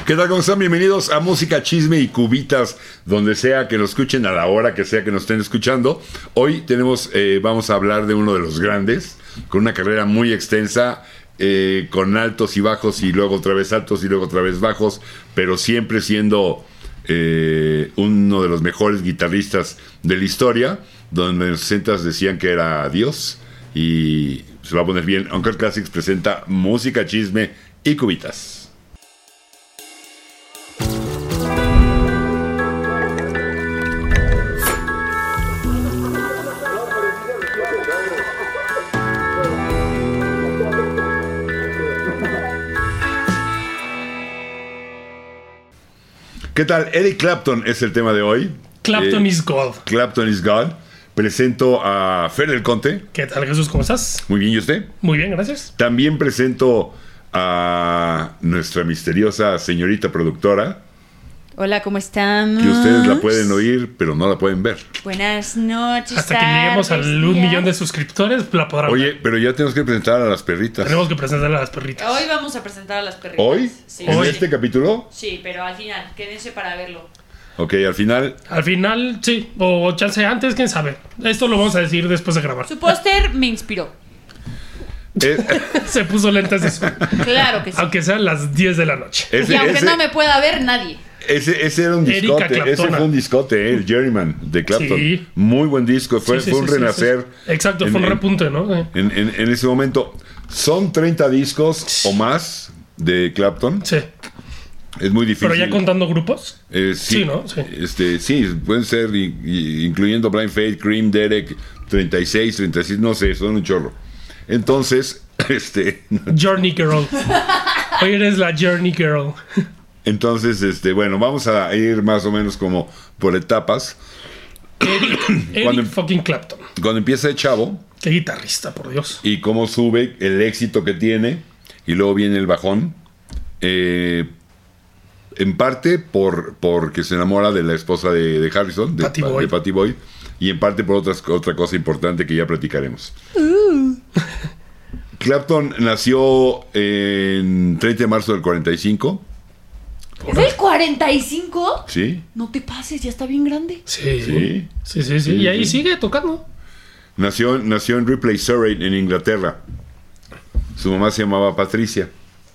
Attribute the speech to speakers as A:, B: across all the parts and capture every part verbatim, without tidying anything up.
A: ¿Qué tal? ¿Cómo están? Bienvenidos a Música, Chisme y Cubitas, donde sea que nos escuchen, a la hora que sea que nos estén escuchando. Hoy tenemos, eh, vamos a hablar de uno de los grandes, con una carrera muy extensa, eh, con altos y bajos, y luego otra vez altos y luego otra vez bajos, pero siempre siendo eh, uno de los mejores guitarristas de la historia, donde en los sesentas decían que era Dios, y se va a poner bien. Uncut Classics presenta Música, Chisme y Cubitas. ¿Qué tal? Eric Clapton es el tema de hoy.
B: Clapton
A: eh,
B: is God.
A: Clapton is God. Presento a Fer del Conte.
B: ¿Qué tal, Jesús? ¿Cómo estás?
A: Muy bien, ¿y usted?
B: Muy bien, gracias.
A: También presento a nuestra misteriosa señorita productora.
C: Hola, ¿cómo están?
A: Que ustedes la pueden oír, pero no la pueden ver.
C: Buenas noches.
B: Hasta que lleguemos al un
C: días.
B: millón de suscriptores, la podrán
A: Oye,
B: ver.
A: pero ya tenemos que presentar a las perritas.
B: Tenemos que presentar a las perritas.
C: Hoy vamos a presentar a las perritas.
A: ¿Hoy?
C: Sí,
A: ¿En
B: Hoy.
A: este capítulo?
C: Sí, pero al final, quédense para verlo.
A: Ok, al final.
B: Al final, sí. O chance antes, quién sabe. Esto lo vamos a decir después de grabar.
C: Su póster me inspiró.
A: eh,
B: Se puso lentes de sol.
C: Claro que sí.
B: Aunque sean las diez de la noche.
A: ese,
C: y aunque
A: ese-
C: no me pueda ver nadie.
A: Ese, ese era un
B: Erika
A: discote, ese
B: Claptona.
A: fue un discote, eh, el Journeyman de Clapton.
B: Sí.
A: Muy buen disco, fue,
B: Sí, sí,
A: fue un
B: sí, sí,
A: renacer.
B: sí. Exacto,
A: en-
B: fue un
A: en-
B: repunte, ¿no? Eh,
A: En, en- en ese momento. Son treinta discos o más de Clapton.
B: Sí.
A: Es muy difícil.
B: Pero ya contando grupos.
A: Eh, sí,
B: Sí, ¿no? Sí.
A: Este, sí, pueden ser, i- i- incluyendo Blind Faith, Cream, Derek, treinta y seis, treinta y seis, no sé, son un chorro. Entonces, este,
B: Journey Girl. Hoy eres la Journey Girl.
A: entonces, este, bueno, vamos a ir más o menos como por etapas.
B: Eric
A: Cuando-
B: fucking Clapton.
A: Cuando empieza de chavo
B: Qué guitarrista, por Dios.
A: y cómo sube, el éxito que tiene, y luego viene el bajón. Eh, en parte por porque se enamora de la esposa de, de Harrison, de
B: Patty
A: Pa-
B: Boyd.
A: de Patty Boyd, y en parte por otras, otra cosa importante que ya platicaremos. Clapton nació en treinta de marzo del cuarenta y cinco,
C: ¿Es el cuarenta y cinco?
A: ¿sí?
C: No te pases, ya está bien grande.
B: Sí.
A: Sí.
B: Sí, sí, sí.
A: Sí,
B: y ahí
A: sí.
B: sigue tocando.
A: Nació, nació en Ripley, Surrey, en Inglaterra. Su mamá se llamaba Patricia.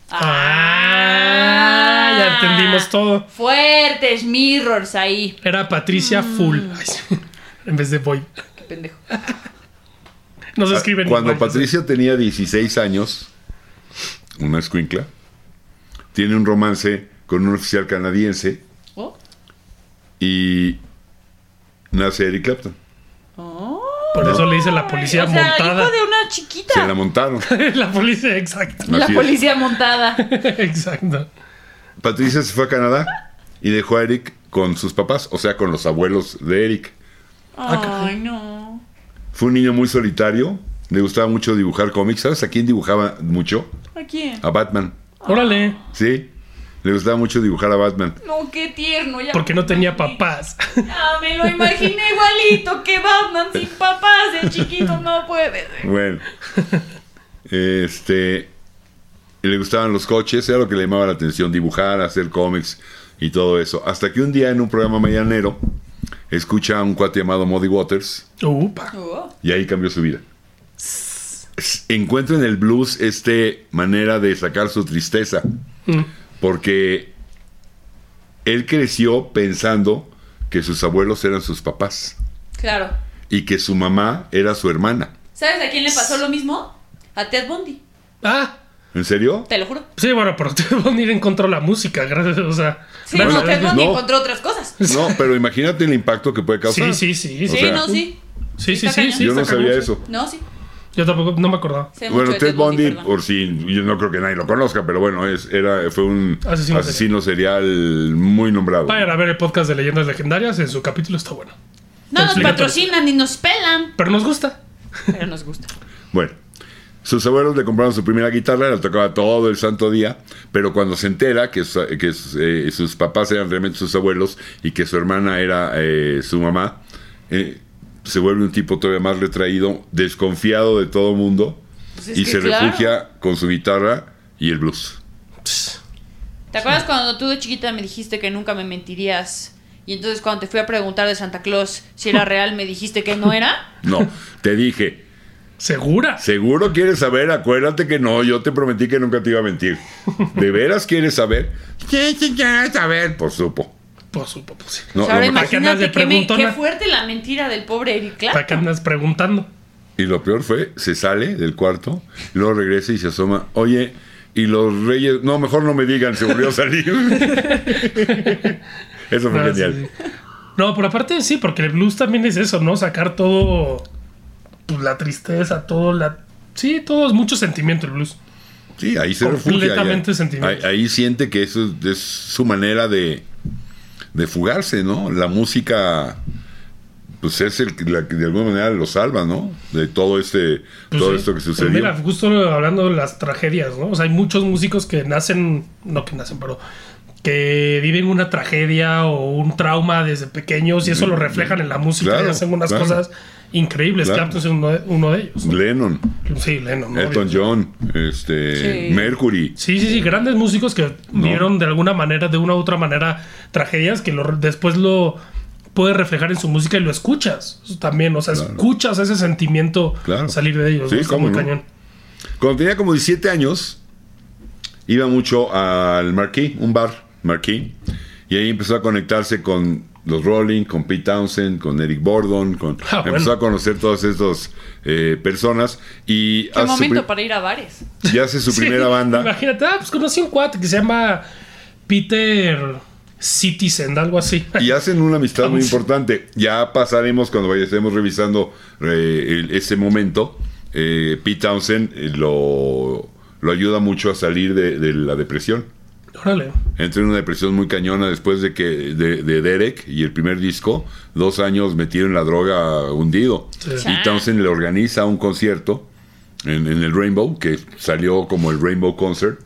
B: Ah, ya entendimos todo.
C: Fuertes mirrors ahí.
B: Era Patricia Full. Ay, sí. En vez de Boy.
C: Qué pendejo.
B: No se escriben
A: Cuando
B: igual,
A: Patricia tenía dieciséis años, una escuincla, tiene un romance con un oficial canadiense
C: ¿Oh?
A: y nace Eric Clapton.
C: Oh.
B: Por eso le dice la policía
C: O sea,
B: montada.
C: hijo de una chiquita.
A: Se la montaron.
B: La policía, exacto.
C: La
A: Así es.
C: policía montada.
B: Exacto.
A: Patricia se fue a Canadá y dejó a Eric con sus papás, o sea, con los abuelos de Eric.
C: Ay, no.
A: Fue un niño muy solitario, le gustaba mucho dibujar cómics. ¿Sabes a quién dibujaba mucho?
C: ¿A quién?
A: A Batman.
B: Órale.
A: Sí, le gustaba mucho dibujar a Batman.
C: No, qué tierno. Ya
B: Porque no tenía papás.
C: Ya me lo imaginé igualito que Batman sin papás. El chiquito no puede ser.
A: Bueno, este, le gustaban los coches, era lo que le llamaba la atención, dibujar, hacer cómics y todo eso. Hasta que un día en un programa mañanero escucha a un cuate llamado Muddy Waters
B: Upa.
C: Oh.
A: y ahí cambió su vida. Encuentra en el blues este manera de sacar su tristeza,
B: Mm.
A: porque él creció pensando que sus abuelos eran sus papás
C: Claro.
A: y que su mamá era su hermana.
C: ¿Sabes a quién le pasó lo mismo? A Ted Bundy.
B: Ah,
A: ¿En serio?
C: Te lo juro.
B: sí, bueno, pero Ted Bundy encontró la música, gracias, o sea.
C: Sí,
B: gracias
C: no,
B: a
C: Ted
B: Dios.
C: Bundy
A: no.
C: encontró otras cosas.
A: No, pero imagínate el impacto que puede causar.
B: Sí, sí, sí.
A: O
C: Sí,
A: sea,
C: no, sí.
B: Sí, sí,
C: Está
B: sí,
C: cañón.
B: sí.
A: Yo no
B: está
A: sabía
B: cañón,
A: eso.
C: No, sí.
B: Yo tampoco, no me acordaba.
C: Sé mucho
A: Bueno,
C: de
A: Ted Bundy,
C: perdón.
A: por si yo no creo que nadie lo conozca, pero bueno, es, era, fue un
B: Asesino
A: asesino, serial muy nombrado.
B: Vayan a ver el podcast de Leyendas Legendarias, en su capítulo está bueno.
C: No nos
B: Explica todo.
C: patrocinan ni nos pelan.
B: Pero nos gusta.
C: Pero nos gusta.
A: Bueno, sus abuelos le compraron su primera guitarra, la tocaba todo el santo día, pero cuando se entera que, su- que eh, sus papás eran realmente sus abuelos y que su hermana era eh, su mamá, eh, se vuelve un tipo todavía más retraído, desconfiado de todo mundo,
C: Pues es
A: y
C: que
A: se
C: claro.
A: refugia con su guitarra y el blues.
C: ¿Te acuerdas cuando tú de chiquita me dijiste que nunca me mentirías? Y entonces cuando te fui a preguntar de Santa Claus si era real, me dijiste que no era.
A: No, te dije,
B: ¿Segura?
A: ¿seguro quieres saber? Acuérdate que no, yo te prometí que nunca te iba a mentir. ¿De veras quieres saber? Sí, sí, quiero saber. Pues supo.
B: Pues supo, pues sí.
A: No,
C: O sea, ahora
A: no me-
B: ¿para qué andas de
C: imagínate qué, me-
B: preguntona?
C: qué fuerte la mentira del pobre Eric
B: ¿Para qué
C: Clapton.
B: andas preguntando?
A: Y lo peor fue, se sale del cuarto, luego regresa y se asoma. Oye, y los reyes... No, mejor no me digan, se volvió a salir. Eso fue
B: No,
A: genial.
B: sí, sí. No, pero aparte sí, porque el blues también es eso, ¿no? Sacar todo, pues la tristeza, todo la... Sí, todo es mucho sentimiento el blues.
A: Sí, ahí se refugia.
B: Completamente
A: Ahí,
B: sentimiento.
A: ahí, ahí siente que eso es su manera de, de fugarse, ¿no? La música, pues es el que la que de alguna manera lo salva, ¿no? De todo este,
B: Pues
A: todo
B: sí.
A: esto que
B: Pues
A: sucedió.
B: mira, justo hablando de las tragedias, ¿no? O sea, hay muchos músicos que nacen, no que nacen, pero que viven una tragedia o un trauma desde pequeños y eso lo reflejan en la música
A: Claro,
B: y hacen unas
A: claro.
B: cosas increíbles.
A: Claro.
B: Clapton es uno de, uno de ellos.
A: Lennon,
B: Sí, Lennon. ¿no?
A: Elton John, este,
C: Sí.
A: Mercury.
B: Sí, sí, sí, grandes músicos que vivieron de alguna manera, de una u otra manera, tragedias que lo, después lo puedes reflejar en su música y lo escuchas también. O sea,
A: Claro.
B: escuchas ese sentimiento
A: Claro.
B: salir de ellos.
A: Sí,
B: ¿no? Está
A: cómo
B: muy
A: no.
B: cañón.
A: Cuando tenía como diecisiete años, iba mucho al Marquee, un bar Marquee, y ahí empezó a conectarse con los Rolling, con Pete Townshend, con Eric Burdon, con,
B: Ah, bueno.
A: empezó a conocer todas estas eh, personas y
C: Qué
A: hace su,
C: momento
A: pri-
C: para ir a bares.
A: y hace su
B: Sí,
A: primera banda.
B: Imagínate, ah, pues conocí un cuate que se llama Peter Citizen, algo así.
A: Y hacen una amistad muy
B: Vamos.
A: importante. Ya pasaremos cuando vaya, estemos revisando eh, el- ese momento. Eh, Pete Townshend eh, lo, lo ayuda mucho a salir de, de la depresión.
B: Órale.
A: Entré en una depresión muy cañona después de que de, de Derek y el primer disco, dos años metido en la droga hundido.
B: Sí.
A: Y Townsend le organiza un concierto en, en el Rainbow, que salió como el Rainbow Concert.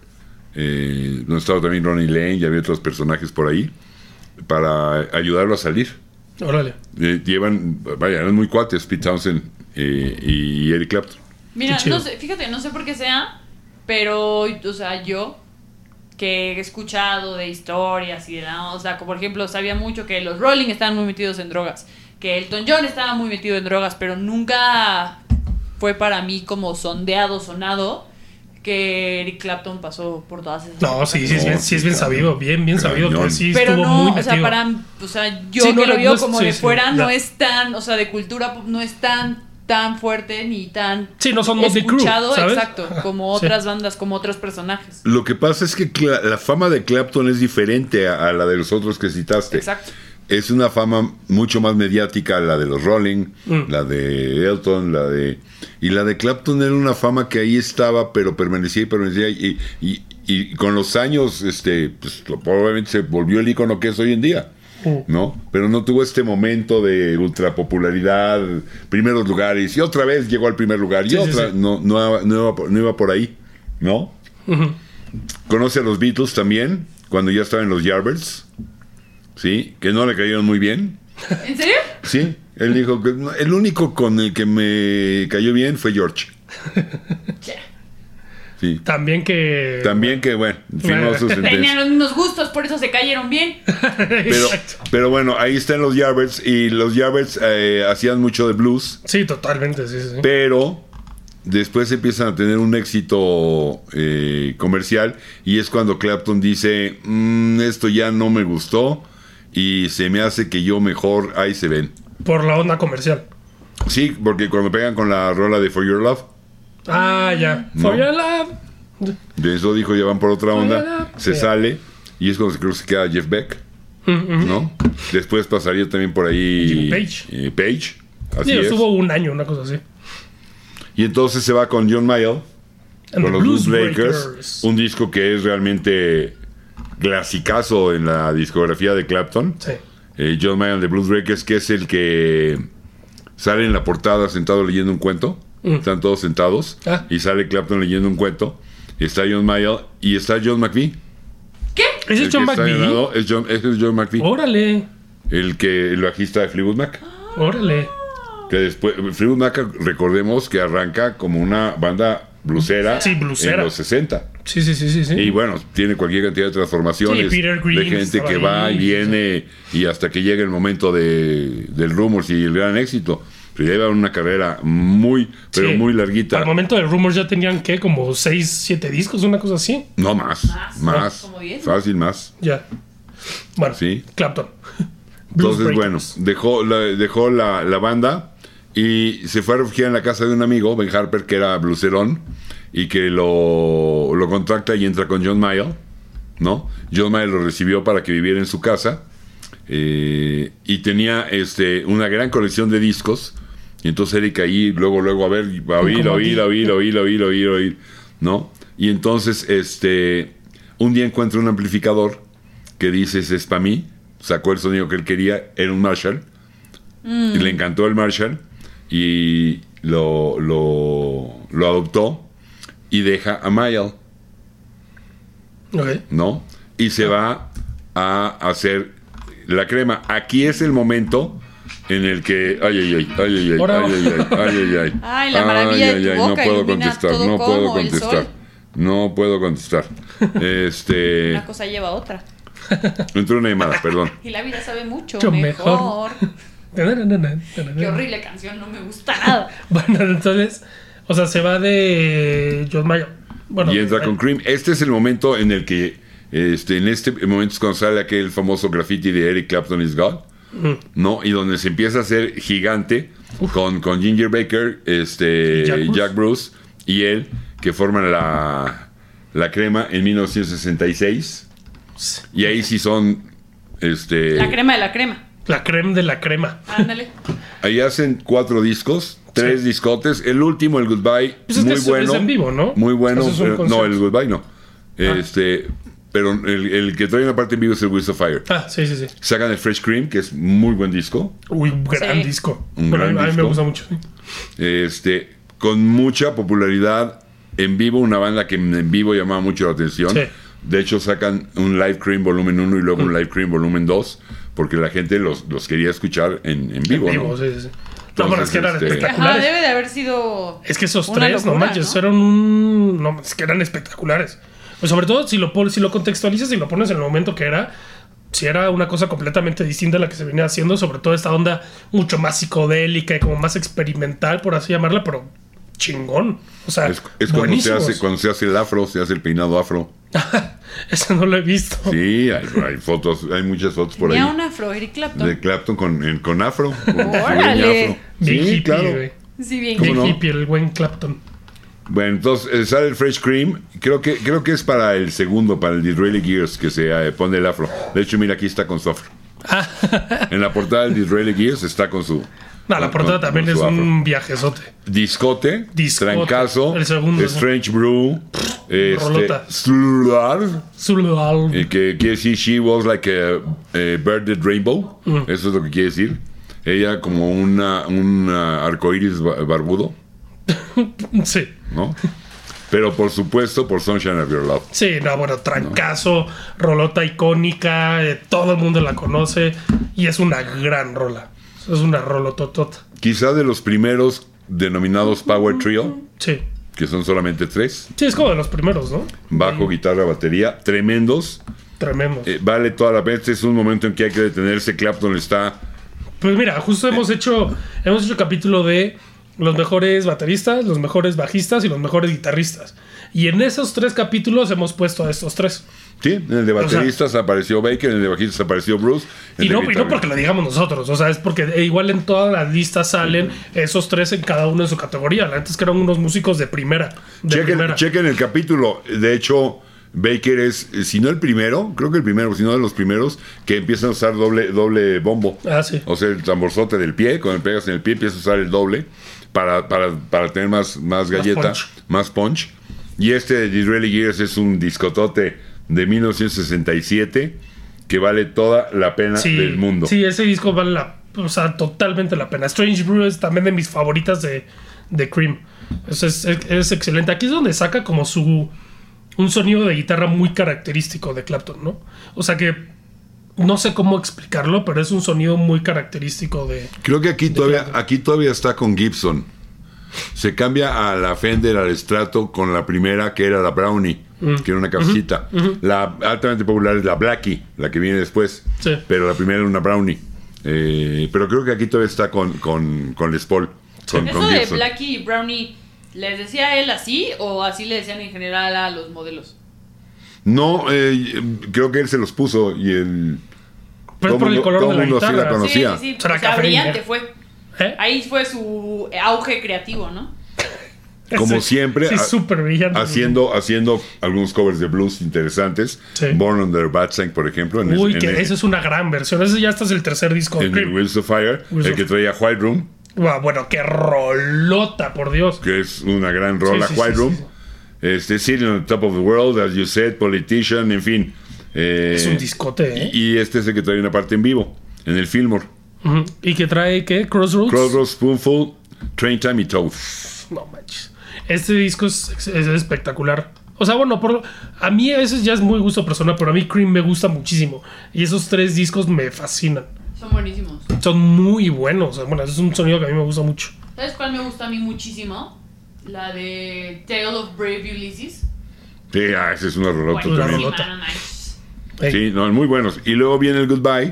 A: Eh, donde estaba también Ronnie Lane y había otros personajes por ahí, para ayudarlo a salir.
B: Órale.
A: Eh, llevan, vaya, eran muy cuates, Pete Townshend eh, y Eric Clapton.
C: Mira,
B: Qué chido.
C: no sé, fíjate, no sé por qué sea, pero, o sea, yo que he escuchado de historias y de la, o sea, como por ejemplo, sabía mucho que los Rolling estaban muy metidos en drogas, que Elton John estaba muy metido en drogas, pero nunca fue para mí como sondeado, sonado, que Eric Clapton pasó por todas esas
B: No, sí, sí, es
A: No,
B: bien, sí es bien
A: sí, claro.
B: sabido, bien, bien sabido,
A: Cañón.
B: pero sí
C: pero
B: estuvo
C: no,
B: muy
C: o sea,
B: metido.
C: para, o sea, yo
B: Sí, no
C: que lo
B: era-
C: veo
B: no es-
C: como
B: sí,
C: de
B: sí,
C: fuera, no
B: ya.
C: es tan, o sea, de cultura pop, no es tan tan fuerte ni tan
B: Sí, no son Motley Crue,
C: escuchado,
B: ¿sabes?
C: exacto, como
B: Sí.
C: otras bandas, como otros personajes.
A: Lo que pasa es que Cla- la fama de Clapton es diferente a, a la de los otros que citaste.
C: Exacto.
A: Es una fama mucho más mediática, la de los Rolling,
B: Mm.
A: la de Elton, la de... Y la de Clapton era una fama que ahí estaba, pero permanecía y permanecía. Y, y, y con los años, este, pues, probablemente se volvió el ícono que es hoy en día,
B: Mm.
A: ¿no? Pero no tuvo este momento de ultrapopularidad, primeros lugares, y otra vez llegó al primer lugar, y
B: Sí, sí,
A: otra,
B: sí.
A: No, no, no, iba por, no iba por ahí, ¿no?
B: Ujú.
A: Conoce a los Beatles también, cuando ya estaban en los Yardbirds, ¿sí? Que no le cayeron muy bien.
C: ¿En serio?
A: Sí, él dijo que no, el único con el que me cayó bien fue George. Sí.
B: También que...
A: También que, bueno, firmó su
C: Tenían
A: sentencia.
C: los mismos gustos, por eso se cayeron bien.
A: Pero,
B: Exacto.
A: pero bueno, ahí están los Yardbirds, y los Yardbirds eh, hacían mucho de blues,
B: Sí, totalmente, sí, sí.
A: pero después empiezan a tener un éxito eh, comercial, y es cuando Clapton dice, "Mm, esto ya no me gustó, y se me hace que yo mejor ahí se ven".
B: Por la onda comercial.
A: Sí, porque cuando pegan con la rola de For Your Love,
B: Ah, ya.
A: No.
B: For your love.
A: de eso dijo, ya van por otra onda,
B: Hola.
A: se
B: Sí.
A: sale, y es cuando creo que se queda Jeff Beck,
B: Mm, mm.
A: ¿no? Después pasaría también por ahí
B: Jimmy Page.
A: eh, Page, así
B: Sí,
A: es.
B: estuvo un año, una cosa así.
A: Y entonces se va con John Mayall,
B: And
A: con
B: the
A: los Blues
B: Blues
A: Breakers,
B: Breakers.
A: un disco que es realmente clasicazo en la discografía de Clapton.
B: Sí.
A: Eh, John Mayall de Blues Breakers, que es el que sale en la portada sentado leyendo un cuento.
B: Mm.
A: Están todos sentados
B: Ah.
A: y sale Clapton leyendo un cuento. Está John Mayall y está John McVie.
C: ¿Qué?
B: ¿Ese
A: El
B: es John
A: que está
B: McVie?
A: al lado es John, ese es John McVie,
B: Órale.
A: el que el bajista de Fleetwood Mac.
B: Órale.
A: Que después Fleetwood Mac, recordemos que arranca como una banda blusera,
B: Sí, blusera.
A: en los sesenta.
B: Sí, sí, sí, sí, sí.
A: Y bueno, tiene cualquier cantidad de transformaciones.
B: Sí, Peter Green
A: de gente
B: estaba
A: que
B: ahí,
A: va y viene y hasta que llega el momento de, del Rumors y el gran éxito. Pero lleva una carrera muy, pero
B: Sí.
A: muy larguita.
B: Al momento de Rumors ya tenían, ¿qué? Como seis, siete discos, una cosa así.
A: No, más.
C: Más,
A: Más.
C: como diez.
A: Fácil, más.
B: Ya. Bueno,
A: Sí.
B: Clapton. Blues
A: Entonces, bueno,
B: Breakers.
A: dejó, la, dejó la, la banda y se fue a refugiar en la casa de un amigo, Ben Harper, que era blueserón, y que lo, lo contacta y entra con John Mayall, ¿no? John Mayall lo recibió para que viviera en su casa, eh, y tenía este, una gran colección de discos, y entonces Eric ahí, luego, luego, a ver, a oír, a oír, a oír, a oír, a oír, a oír, a oír, ¿no? Y entonces, este, un día encuentra un amplificador que dice, ese es para mí, sacó el sonido que él quería, era un Marshall,
C: Mm.
A: y le encantó el Marshall, y lo, lo, lo adoptó, y deja a Mayall,
B: Ok.
A: ¿no? Y se va a hacer la crema. Aquí es el momento en el que... Ay, ay, ay, ay, ay, ay,
B: Ahora-
A: ay, ay, ay, ay, ay.
C: Ay, la maravilla de tu
A: no
C: boca
A: puedo
C: ilumina
A: contestar,
C: todo
A: no
C: como
A: puedo
C: el
A: contestar.
C: sol.
A: No puedo contestar. Este...
C: Una cosa lleva a otra.
A: Entró una llamada, perdón.
C: Y la vida sabe mucho
B: Mucho
C: mejor.
B: mejor.
C: Qué horrible canción, no me gusta nada.
B: Bueno, entonces, o sea, se va de John Mayer. Bueno,
A: Y entra
B: eh,
A: con Cream. Este es el momento en el que, este, en este momento es cuando sale aquel famoso graffiti de Eric Clapton is God, ¿no? Y donde se empieza a hacer gigante con, con Ginger Baker, este,
B: Y Jack Bruce.
A: Jack Bruce y él, que forman la, la crema en mil novecientos sesenta y seis. Y ahí sí son, este,
C: La crema de la crema.
B: La crema de la crema.
C: Ándale.
A: ahí hacen cuatro discos, tres discotes. El último, el Goodbye,
B: Pues es que
A: muy
B: es-
A: bueno.
B: es en vivo, ¿no?
A: Muy bueno.
B: Eso es un
A: pero- no,
B: concierto.
A: el Goodbye no. Este, pero el, el que trae una parte en vivo es el Wheels of Fire.
B: Ah, sí, sí, sí.
A: Sacan el Fresh Cream, que es muy buen disco.
B: Uy, un gran
C: Sí.
B: disco.
A: Un
B: Bueno,
A: gran
B: a mí me
A: disco.
B: gusta mucho.
A: Este, con mucha popularidad en vivo, una banda que en vivo llamaba mucho la atención.
B: Sí.
A: De hecho, sacan un Live Cream volumen uno y luego un Live Cream volumen dos, porque la gente los, los quería escuchar en, en vivo,
B: En vivo,
A: ¿no?
B: sí, sí, sí. No, bueno, es que eran
A: este-
C: Ajá,
B: espectaculares.
C: debe de haber sido.
B: Es que esos
C: una
B: tres, no
C: locura,
B: manches,
C: ¿no?
B: eran un. No, es que eran espectaculares. Pues sobre todo si lo, pon- si lo contextualizas y lo pones en el momento que era, si era una cosa completamente distinta a la que se venía haciendo, sobre todo esta onda mucho más psicodélica y como más experimental, por así llamarla, pero chingón. O sea,
A: Es, es cuando, se
B: buenísimos.
A: hace, cuando se hace el afro, se hace el peinado afro.
B: Eso no lo he visto.
A: Sí, hay, hay fotos, hay muchas fotos por
C: Tenía
A: ahí.
C: un afro, Eric Clapton.
A: De Clapton con, en- con afro. Con su
C: Órale.
A: greña afro.
B: Bien
A: Sí,
B: hippie,
A: claro.
B: güey.
C: Sí, bien.
A: ¿Cómo
B: Bien
A: no?
B: hippie, el buen Clapton.
A: Bueno, entonces eh, sale el Fresh Cream. Creo que, creo que es para el segundo, para el Disraeli Gears, que se eh, pone el afro. De hecho, mira, aquí está con su afro. En la portada del Disraeli Gears está con su.
B: No, la
A: con-
B: portada
A: con-
B: también
A: con
B: es
A: su afro.
B: un viajezote.
A: Discote,
B: Discote.
A: Trancazo,
B: El segundo, sí.
A: Strange Brew, este,
B: Rolota.
A: Slular,
B: Zulal.
A: eh, que quiere decir She was like a, a birded rainbow. Eso es lo que quiere decir. Ella como una, un arcoíris ba- barbudo,
B: Sí.
A: ¿no? Pero por supuesto por Sunshine of Your Love.
B: Sí, no, bueno, trancazo, rolota icónica, eh, todo el mundo la conoce y es una gran rola. Es una rolototota.
A: Quizá de los primeros denominados Power Trio,
B: Sí.
A: que son solamente tres,
B: Sí, es como de los primeros, ¿no?
A: bajo, guitarra, batería, tremendos.
B: Tremendo.
A: Eh, vale toda la pena. Este es un momento en que hay que detenerse. Clapton está...
B: Pues mira, justo hemos hecho hemos hecho capítulo de los mejores bateristas, los mejores bajistas y los mejores guitarristas. Y en esos tres capítulos hemos puesto a estos tres.
A: Sí, en el de bateristas apareció Baker, en el de bajistas apareció Bruce. el
B: Y
A: de
B: no, y no
A: guitarra-
B: porque lo digamos nosotros, o sea, es porque eh, igual en todas las listas salen esos tres en cada uno de su categoría. La neta es que eran unos músicos de primera. De
A: Chequen,
B: primera.
A: chequen el capítulo. De hecho, Baker es, eh, si no el primero, creo que el primero, si no de los primeros, que empiezan a usar doble, doble bombo.
B: Ah, sí.
A: O sea, el tamborzote del pie, cuando le pegas en el pie, empiezas a usar el doble para, para, para tener más, más galleta,
B: punch.
A: más punch. Y este de Disraeli Gears es un discotote de mil novecientos sesenta y siete que vale toda la pena
B: Sí,
A: del mundo.
B: sí, ese disco vale la, o sea, totalmente la pena. Strange Brew es también de mis favoritas de, de Cream. Es, es, es excelente. Aquí es donde saca como su un sonido de guitarra muy característico de Clapton, ¿no? O sea que no sé cómo explicarlo, pero es un sonido muy característico de...
A: Creo que aquí todavía,
B: Clapton.
A: aquí todavía está con Gibson. se cambia a la Fender, al Strato, con la primera que era la Brownie, mm. que era una cafecita. Uh-huh. Uh-huh. La altamente popular es la Blackie, la que viene después.
B: Sí.
A: Pero la primera era una Brownie. Eh, pero creo que aquí todavía está con, con, con Les Paul.
B: Sí.
A: Con,
C: ¿Eso
A: con
C: de
A: Gibson.
C: Blackie y Brownie, les decía él así o así le decían en general a los modelos?
A: No, eh, creo que él se los puso y el...
B: Pero es por el color
A: todo
B: de la
A: mundo sí
B: guitarra.
A: la conocía.
C: Sí, sí, sí.
B: Será
C: O sea,
B: cafeína.
C: brillante fue.
B: ¿Eh?
C: Ahí fue su auge creativo, ¿no?
A: Como
B: Sí,
A: siempre,
B: sí,
A: ha-
B: súper brillante.
A: haciendo, haciendo algunos covers de blues interesantes.
B: Sí.
A: Born Under Bad Sign, por ejemplo. En
B: Uy,
A: el,
B: que
A: en el-
B: esa es una gran versión. Ese ya hasta es el tercer disco de
A: en el
B: Cream.
A: Wheels of Fire,
B: Wheels
A: el
B: of-
A: que traía White Room,
B: Wow, bueno, qué rolota, por Dios.
A: que es una gran rola.
B: Sí, sí,
A: White
B: sí,
A: Room,
B: sí,
A: Este, Sitting on the Top of the World, As You Said, Politician, en fin. Eh,
B: Es un discote, ¿eh?
A: Y, y este es el que trae una parte en vivo, en el Fillmore.
B: Ujú. ¿Y que trae qué? Crossroads.
A: Crossroads, Spoonful, Train Time y Toad.
B: No manches. Este disco es, es espectacular. O sea, bueno, por, a mí a veces ya es muy gusto personal, pero a mí Cream me gusta muchísimo. Y esos tres discos me fascinan.
C: Son buenísimos.
B: Son muy buenos. O sea, bueno, es un sonido que a mí me gusta mucho.
C: ¿Sabes cuál me gusta a mí muchísimo? La de Tale of Brave Ulysses.
A: Sí, ah, ese es una rolota
B: Buenísima.
A: también.
C: Buenísima,
B: rolota.
C: no manches.
B: Ey.
A: Sí, no, muy buenos. Y luego viene el Goodbye,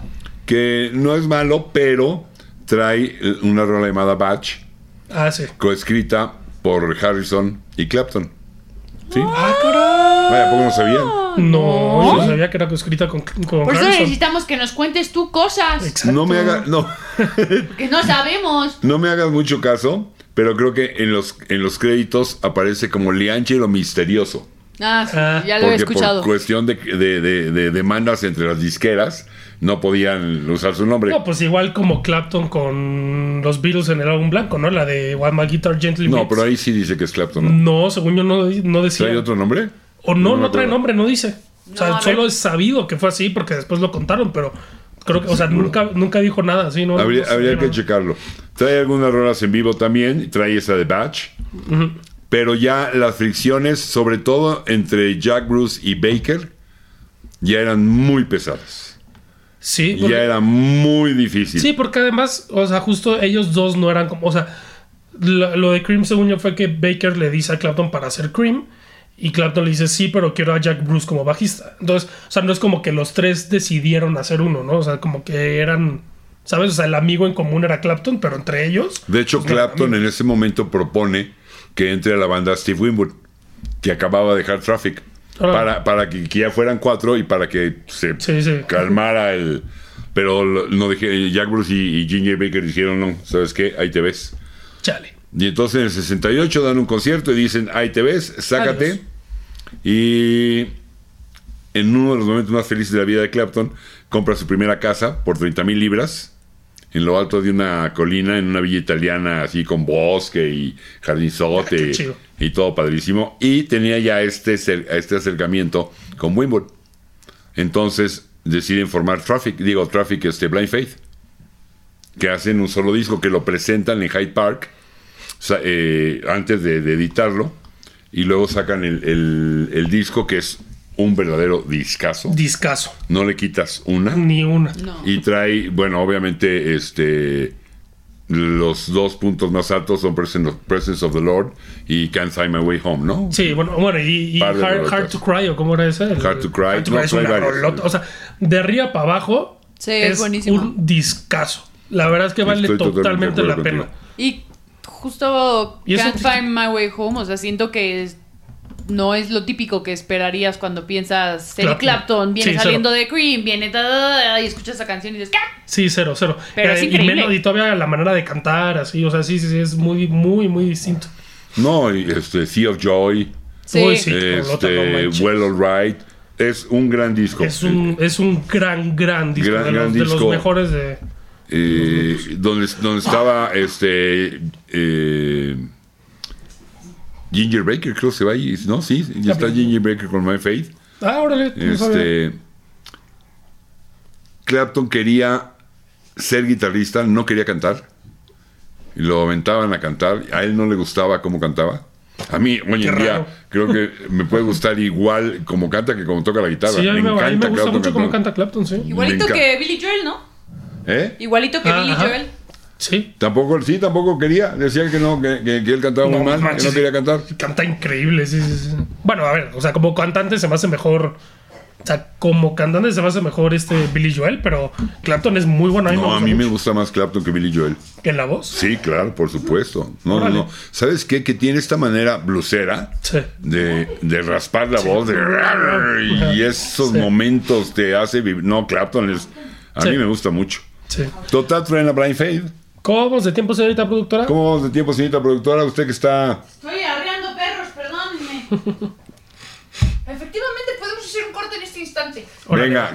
A: que no es malo, pero trae eh, una rola llamada Batch,
B: Ah, sí.
A: coescrita por Harrison y Clapton. ¿Sí?
B: Ah, caray.
A: Vaya, ¿a poco no sabían?
B: No, yo sabía que era escrita con, con
C: Por eso
B: Harrison.
C: necesitamos que nos cuentes tú cosas.
B: Exacto.
A: No me haga, no,
C: Que no sabemos.
A: no me hagas mucho caso, pero creo que en los, en los créditos aparece como Liangelo Misterioso.
C: Ah, sí,
B: Ah.
C: ya lo he
A: Porque
C: escuchado.
A: por cuestión de, de, de- de demandas entre las disqueras, no podían usar su nombre.
B: No, pues igual como Clapton con los Beatles en el álbum blanco, ¿no? La de While My Guitar Gently
A: No,
B: Weeps.
A: pero ahí sí dice que es Clapton, ¿no?
B: No, según yo no, no decía.
A: ¿Trae otro nombre?
B: O no,
A: me
B: no trae
A: acuerdo.
B: nombre, no dice. O sea,
C: No, a
B: solo
C: ver.
B: es sabido que fue así porque después lo contaron, pero creo que, o sea, nunca, nunca dijo nada así, ¿no?
A: Habría,
B: No sé,
A: habría
B: no.
A: que checarlo. Trae algunas rolas en vivo también, trae esa de Batch. Pero ya las fricciones, sobre todo entre Jack Bruce y Baker, ya eran muy pesadas.
B: Sí, porque,
A: Ya era muy difícil.
B: sí, porque además, o sea, justo ellos dos no eran como, o sea, lo, lo de Cream según yo fue que Baker le dice a Clapton para hacer Cream y Clapton le dice sí, pero quiero a Jack Bruce como bajista. Entonces, o sea, no es como que los tres decidieron hacer uno, ¿no? O sea, como que eran, ¿sabes? O sea, el amigo en común era Clapton, pero entre ellos...
A: De hecho,
B: pues,
A: Clapton
B: no,
A: en ese momento propone que entre a la banda Steve Winwood, que acababa de dejar Traffic,
B: Ah.
A: para, para que, que ya fueran cuatro y para que se
B: Sí, sí.
A: calmara el... Pero lo- no dije, Jack Bruce y, y Ginger Baker dijeron, no, ¿sabes qué? Ahí te ves.
B: Chale.
A: Y entonces en el sesenta y ocho dan un concierto y dicen, ahí te ves, sácate.
B: Adiós.
A: Y en uno de los momentos más felices de la vida de Clapton, compra su primera casa por treinta mil libras en lo alto de una colina, en una villa italiana, así con bosque y jardinzote
B: Ah, qué chido.
A: y todo padrísimo. Y tenía ya este, cer- este acercamiento con Winwood. Entonces deciden formar Traffic, digo Traffic, este Blind Faith, que hacen un solo disco, que lo presentan en Hyde Park sa- eh, antes de, de editarlo, y luego sacan el, el- el disco, que es un verdadero discazo.
B: Discaso.
A: No le quitas una.
B: Ni una.
C: No.
A: Y trae, bueno, obviamente, este los dos puntos más altos son Presence of, Presence of the Lord y Can't Find My Way Home, ¿no?
B: Sí, bueno, bueno y, y
A: Par de
B: hard,
A: rolotas.
B: Hard to Cry, o cómo era ese. El-
A: Hard to Cry.
B: Hard to
A: No,
B: Cry es
A: trae
B: una
A: varias.
B: rolota. O sea, de arriba para abajo
C: Sí, es
B: es
C: buenísimo.
B: un discazo. La verdad es que vale
A: Estoy totalmente
B: totalmente
A: de
B: la
A: acuerdo
B: pena.
A: contigo.
C: Y justo
B: Y eso-
C: Can't Find My Way Home, o sea, siento que es- no es lo típico que esperarías cuando piensas Eric
B: Clapton.
C: Clapton, viene
B: Sí,
C: saliendo de Cream, viene ta, ta, ta, y escuchas esa canción y dices, ¿qué?
B: Sí, cero, cero.
C: Pero es
B: y,
C: increíble.
B: menos- y todavía la manera de cantar, así, o sea, sí, sí, sí, es muy, muy, muy distinto.
A: No, y este Sea of Joy,
C: Sí.
B: Uy, sí. rolota, no
A: este
B: manches.
A: Well Alright, es un gran disco.
B: Es un, es un gran, gran disco.
A: Gran-
B: de, los,
A: gran
B: de los
A: disco.
B: mejores de.
A: Eh, donde, donde estaba este eh, Ginger Baker, creo que se va ahí, ¿no? Sí, ya está Ginger Baker con My Faith.
B: Ah, órale. no sabía.
A: Este Clapton quería ser guitarrista, no quería cantar. Y lo aventaban a cantar. A él no le gustaba cómo cantaba. A mí, hoy
B: Qué
A: en día,
B: raro.
A: creo que me puede gustar igual como canta que como toca la guitarra.
B: Sí, a mí me, a mí me gusta
A: Clapton
B: mucho cómo
A: cantando.
B: canta Clapton, sí.
C: Igualito
A: Me encanta.
C: que Billy Joel, ¿no?
A: ¿Eh?
C: Igualito que
B: Ah,
C: Billy
B: ajá.
C: Joel.
B: Sí.
A: Tampoco, sí, tampoco quería. Decía que no, que, que, que él cantaba
B: No,
A: muy mal,
B: manches,
A: que no quería cantar.
B: Canta increíble, sí, sí, sí. Bueno, a ver, o sea, como cantante se me hace mejor. O sea, como cantante se me hace mejor este Billy Joel, pero Clapton es muy bueno. A mí,
A: No,
B: me,
A: a
B: gusta
A: mí me
B: mucho.
A: gusta más Clapton que Billy Joel.
B: ¿Que en la voz?
A: Sí, claro, por supuesto. No, no,
B: Órale.
A: no. ¿Sabes qué? Que tiene esta manera blusera
B: Sí.
A: de, de raspar la voz de, y esos
B: Sí.
A: momentos te hace vivir. No, Clapton es, a
B: Sí.
A: mí me gusta mucho.
B: Sí.
A: Total, traen a Blind Faith.
B: ¿Cómo vamos de tiempo, señorita productora?
A: ¿Cómo vamos de tiempo, señorita productora? Usted que está...
C: Estoy arreando perros, perdónenme. Efectivamente, podemos hacer un corte en este instante.
B: Órale.
A: Venga.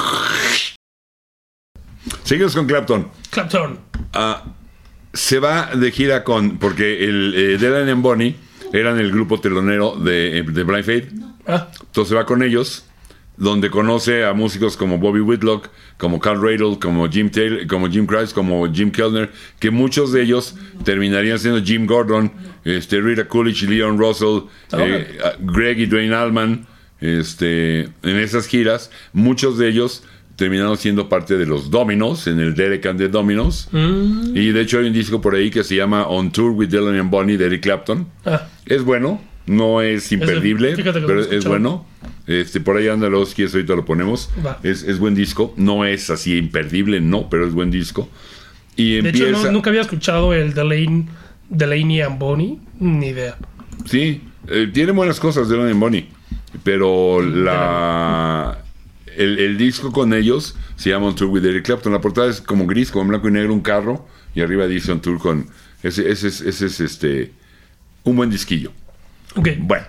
A: Seguimos con Clapton.
B: Clapton.
A: Ah, se va de gira con... Porque el eh, Dylan and Bonnie eran el grupo telonero de, de Blind Faith.
B: Ah,
A: Entonces va con ellos, donde conoce a músicos como Bobby Whitlock, como Carl Radle, como Jim Taylor, como Jim Christ, como Jim Kellner, que muchos de ellos terminarían siendo Jim Gordon, este, Rita Coolidge y Leon Russell, eh, Greg y Dwayne Allman, este, en esas giras, muchos de ellos terminaron siendo parte de los Dominos, en el Derek and the Dominos,
B: mm,
A: y de hecho hay un disco por ahí que se llama On Tour with Dylan and Bonnie de Eric Clapton.
B: ah,
A: Es bueno, no es imperdible,
B: fíjate que
A: pero
B: lo he
A: es
B: escuchado.
A: bueno. Este, por ahí anda los que ahorita lo ponemos.
B: Va.
A: Es, es buen disco. No es así imperdible, no, pero es buen disco. Y
B: de
A: empieza.
B: hecho, no- nunca había escuchado el Delaney, Delaney and Bonnie. Ni idea.
A: Sí, eh, tiene buenas cosas de Dylan and Bonnie. Pero la. El, el disco con ellos se llama On Tour with Eric Clapton. La portada es como gris, como blanco y negro, un carro. Y arriba dice On Tour con. Ese, ese, es- ese es este. Un buen disquillo.
B: Ok.
A: Bueno.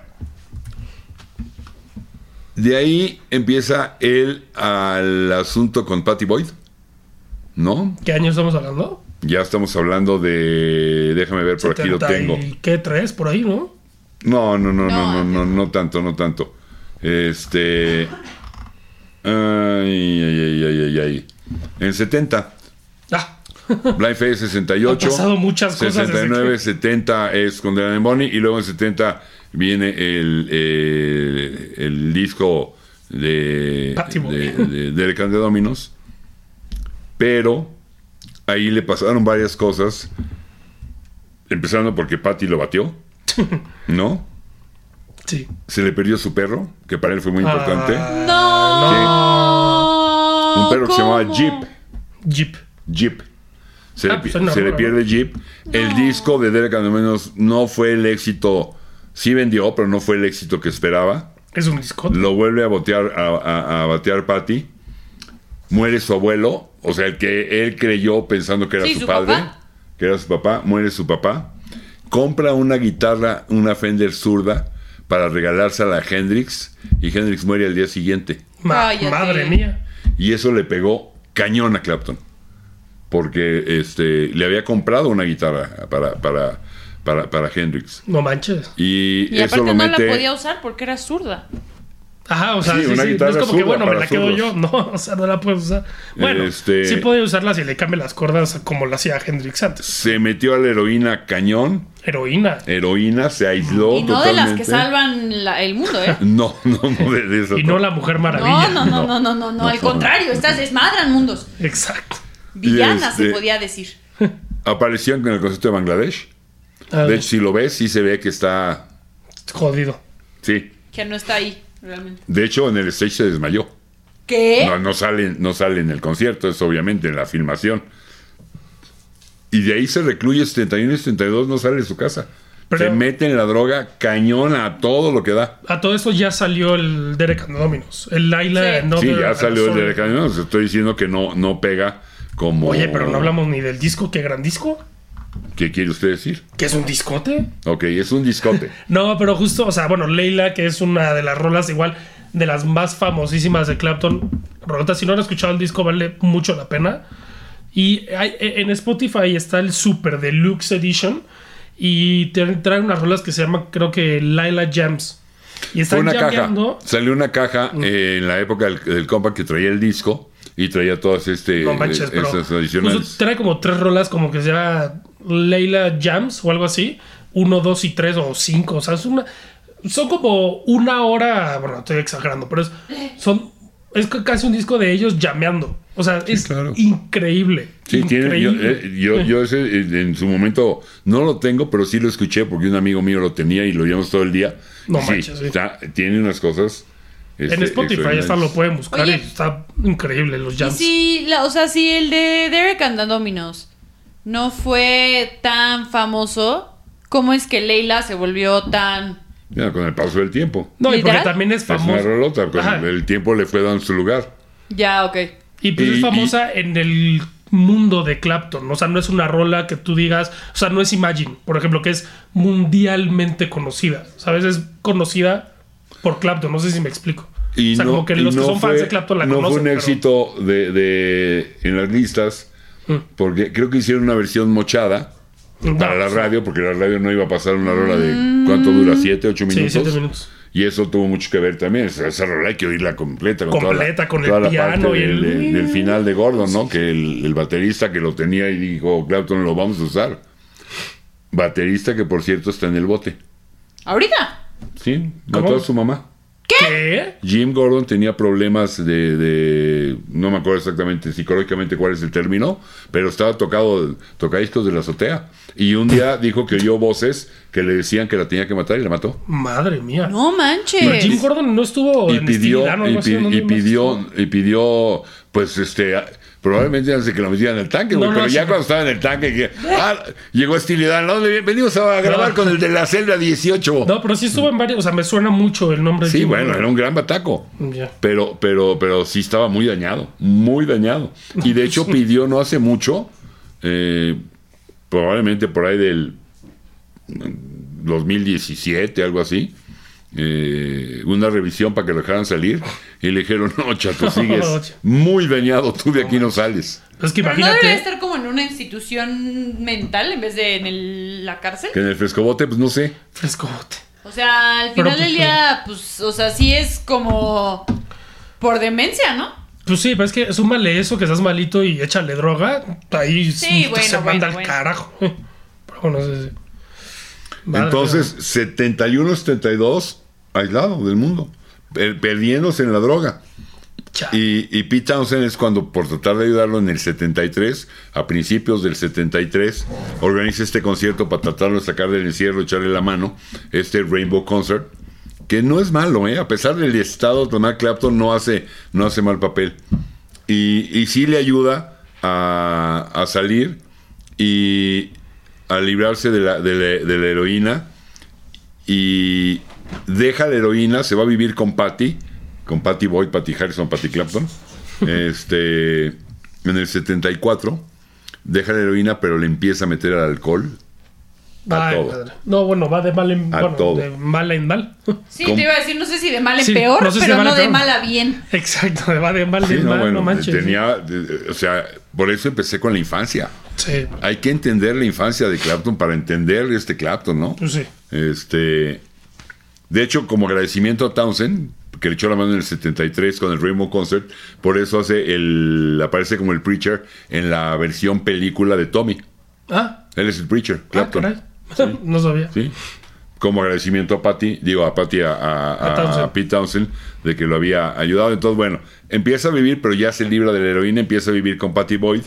A: De ahí empieza el al asunto con Patty Boyd, ¿no?
B: ¿Qué año estamos hablando?
A: Ya estamos hablando de... Déjame ver, por aquí lo
B: setenta
A: tengo.
B: y ¿Qué? ¿Tres? Por ahí, ¿no?
A: No, no, no, no, no,
C: No,
A: no, no tanto, no tanto. Este... Ay, ay, ay, ay, ay, ay. En setenta.
B: Ah,
A: Blind Faith sesenta y ocho.
B: Han pasado muchas cosas desde
A: sesenta y nueve,
B: que-
A: setenta es con Dylan and Bonnie. Y luego en setenta viene el, eh, el disco de,
B: Patty Boyd.
A: de, de Derek and the Dominos. Pero ahí le pasaron varias cosas. Empezando porque Patty lo batió, ¿no?
B: sí.
A: Se le perdió su perro, que para él fue muy importante.
B: Ah,
C: No.
A: Un perro que se llamaba
C: ¿cómo?
A: Jeep.
B: Jeep.
A: Jeep. Se,
B: Ah,
A: le,
B: pues
A: pi-
B: es
A: se le
B: normal,
A: pierde Jeep. El disco de Derek and the Dominos no fue el éxito. Sí vendió, pero no fue el éxito que esperaba.
B: Es un discote.
A: Lo vuelve a botear, a, a- a batear Patty. Muere su abuelo, o sea, el que él creyó pensando que era
C: Sí,
A: su,
C: su
A: padre,
C: papá.
A: que era su papá. Muere su papá. Compra una guitarra, una Fender zurda, para regalársela a Hendrix. Y Hendrix muere al día siguiente.
B: Ma-
C: Cállate.
B: madre mía.
A: Y eso le pegó cañón a Clapton. Porque este, le había comprado una guitarra para, para, para, para Hendrix.
B: No manches.
A: Y,
C: Y
A: eso
C: aparte
A: lo
C: no
A: mete.
C: la podía usar porque era zurda.
B: Ajá, o sea,
A: Sí,
B: sí,
A: una
B: sí, no
A: guitarra
B: es como que,
A: zurda
B: bueno, me
A: para
B: la quedo
A: zurdos.
B: yo. No, o sea, no la puedes usar. Bueno,
A: Este-
B: sí puede usarla si le cambia las cuerdas como lo hacía Hendrix antes.
A: Se metió a la heroína cañón.
B: Heroína.
A: Heroína, se aisló
C: Y no
A: totalmente.
C: de las que salvan la- el mundo, ¿eh?
A: No, no, no de, de eso.
B: Y no la Mujer Maravilla.
C: No, no, no, no, no, no, no, al contrario, estas desmadran mundos.
B: Exacto.
C: Villanas
A: este-
C: se podía decir.
A: Apareció en el concierto de Bangladesh.
B: Ah,
A: De hecho, si lo ves, sí se ve que está.
B: jodido.
A: Sí.
C: Que no está ahí, realmente.
A: De hecho, en el stage se desmayó.
C: ¿Qué?
A: No, no sale, no sale en el concierto, es obviamente en la filmación. Y de ahí se recluye setenta y uno y setenta y dos, no sale de su casa.
B: Pero-
A: se mete en la droga cañón a todo lo que da.
B: A todo esto ya salió el Derek and the Dominos. El Laila
C: Sí.
B: no
A: Sí, ya salió el de Cañón. Os estoy diciendo que no, no pega como.
B: Oye, pero no hablamos ni del disco. ¿Qué gran disco?
A: ¿Qué quiere usted decir?
B: ¿Que es un discote?
A: Ok, es un discote.
B: No, pero justo, o sea, bueno, Leila, que es una de las rolas igual de las más famosísimas de Clapton. Rolota, si no han escuchado el disco, vale mucho la pena. Y hay- en Spotify está el Super Deluxe Edition. Y te- trae unas rolas que se llaman, creo que Laila Jams. Y
A: Fue
B: están
A: una caja.
B: llameando.
A: Salió una caja eh, en la época del, del compact que traía el disco y traía todas este,
B: No manches,
A: eh,
B: pero
A: esas adicionales.
B: justo trae como tres rolas como que se llama Leila Jams o algo así. Uno, dos y tres o cinco. O sea, es una, son como una hora. Bueno, estoy exagerando, pero es, son Es casi un disco de ellos llameando. O sea, sí, es claro. increíble.
A: Sí,
B: increíble.
A: Tiene, yo, yo, yo ese en su momento no lo tengo, pero sí lo escuché porque un amigo mío lo tenía y lo oíamos todo el día.
B: No
A: sí,
B: manches, sí.
A: Está, tiene unas cosas. Este,
B: en Spotify hasta lo pueden buscar.
C: Oye,
B: y está increíble los jams.
C: Y si, la, o sea, si el de Derek and the Dominos no fue tan famoso, ¿cómo es que Leila se volvió tan...
A: Ya, con el paso del tiempo.
B: No, y porque
C: ¿Literal?
B: también es famosa.
A: Es una rolota, con el, el tiempo le fue dando su lugar.
C: Ya, ok.
B: Y pues
A: Y-
B: es famosa en el mundo de Clapton. O sea, no es una rola que tú digas. O sea, no es Imagine, por ejemplo, que es mundialmente conocida. ¿Sabes? Es conocida por Clapton. No sé si me explico.
A: Y
B: o sea,
A: no,
B: como que
A: y
B: los
A: no
B: que son
A: fue,
B: fans de Clapton la
A: no
B: conocen.
A: fue un
B: pero-
A: éxito de, de, en las listas,
B: Mm.
A: porque creo que hicieron una versión mochada
B: No,
A: para la
B: sí.
A: radio, porque la radio no iba a pasar una rola de ¿cuánto dura? ¿Siete, ocho
B: Sí,
A: minutos?
B: siete minutos.
A: Y eso tuvo mucho que ver también. Esa, esa rola hay que oírla completa. Con
B: Completa,
A: toda la,
B: con el
A: toda la
B: piano
A: parte
B: y el-
A: del, del- del final de Gordon, ¿no? Que el, el baterista que lo tenía y dijo, Clapton, lo vamos a usar. Baterista que, por cierto, está en el bote.
C: ¿Ahorita?
A: Sí, mató
B: ¿Cómo?
A: a su mamá.
B: ¿Qué?
A: Jim Gordon tenía problemas de, de- no me acuerdo exactamente psicológicamente cuál es el término, pero estaba tocado, tocadiscos de la azotea. Y un día dijo que oyó voces que le decían que la tenía que matar y la mató.
B: Madre mía.
C: No manches.
B: Pero Jim Gordon no estuvo
A: Y
B: en
A: pidió,
B: Estilidad o algo
A: y,
B: así,
A: pi-
B: ¿no?
A: y
B: ¿No
A: pidió,
B: estuvo?
A: y pidió, pues este, a- probablemente antes de que lo metieran en el tanque, güey,
B: No, no,
A: pero ya
B: sí.
A: cuando estaba en el tanque, que, ah, llegó Estilidad, ¿no? Venimos a grabar
B: No.
A: con el de la celda dieciocho.
B: No, pero sí estuvo en varios. O sea, me suena mucho el nombre de
A: Sí,
B: Jim
A: bueno,
B: Gordon.
A: era un gran bataco.
B: Ya.
A: Pero, pero, pero sí estaba muy dañado, muy dañado. Y de hecho pidió no hace mucho, eh, probablemente por ahí del dos mil diecisiete, algo así, eh, una revisión para que lo dejaran salir. Y le dijeron, no, chato, sigues muy dañado, tú de aquí no sales.
B: Es que
C: Pero no
B: imagínate.
C: debería estar como en una institución mental en vez de en el- la cárcel.
A: Que en el frescobote, pues no sé.
B: Frescobote.
C: O sea, al
B: Pero,
C: final del
B: pues,
C: día, pues, o sea, sí es como por demencia, ¿no?
B: Pues sí, pero es que súmale eso, que estás malito y échale droga. Ahí
C: Sí,
B: se
C: bueno,
B: se manda
C: bueno,
B: al
C: bueno.
B: carajo. Pero bueno, sí, sí. Madre
A: Entonces, setenta y uno setenta y dos, aislado del mundo, per- perdiéndose en la droga.
B: mía. Cha.
A: Y, y Pete Townshend es cuando, por tratar de ayudarlo en el setenta y tres, a principios del setenta y tres, organiza este concierto para tratarlo de sacar del encierro, echarle la mano, este Rainbow Concert, que no es malo, ¿eh? A pesar del estado, Tomás Clapton no hace, no hace mal papel. Y, y sí le ayuda a, a salir y a librarse de la, de la, de la heroína, y deja la heroína, se va a vivir con Patty, con Patty Boyd, Patty Harrison, Patty Clapton, este, en el setenta y cuatro, deja la heroína, pero le empieza a meter al alcohol. A
B: Ay,
A: todo.
B: madre. No, bueno, va de mal en
A: A
B: bueno,
A: todo.
B: de mal en mal.
C: Sí,
A: ¿Cómo?
C: te iba a decir, no sé si de mal en
B: Sí,
C: peor,
B: no sé si
C: pero
B: de mal
C: no
B: en
C: de
B: peor.
C: mal a bien.
B: Exacto, va de mal
A: Sí,
B: en
A: no,
B: mal,
A: bueno,
B: no manches.
A: tenía, de- o sea, por eso empecé con la infancia.
B: Sí,
A: Hay que entender la infancia de Clapton para entender este Clapton, ¿no?
B: pues sí.
A: Este, de hecho, como agradecimiento a Townshend, que le echó la mano en el setenta y tres con el Rainbow Concert, por eso hace el, aparece como el Preacher en la versión película de Tommy.
B: Ah,
A: Él es el Preacher,
B: ah,
A: Clapton.
B: caray. No sabía.
A: ¿Sí? Como agradecimiento a Patty, digo a Patty, a, a-
B: A
A: a-
B: Townshend.
A: a Pete Townshend, de que lo había ayudado. Entonces, bueno, empieza a vivir, pero ya se libra de la heroína, empieza a vivir con Patty Boyd,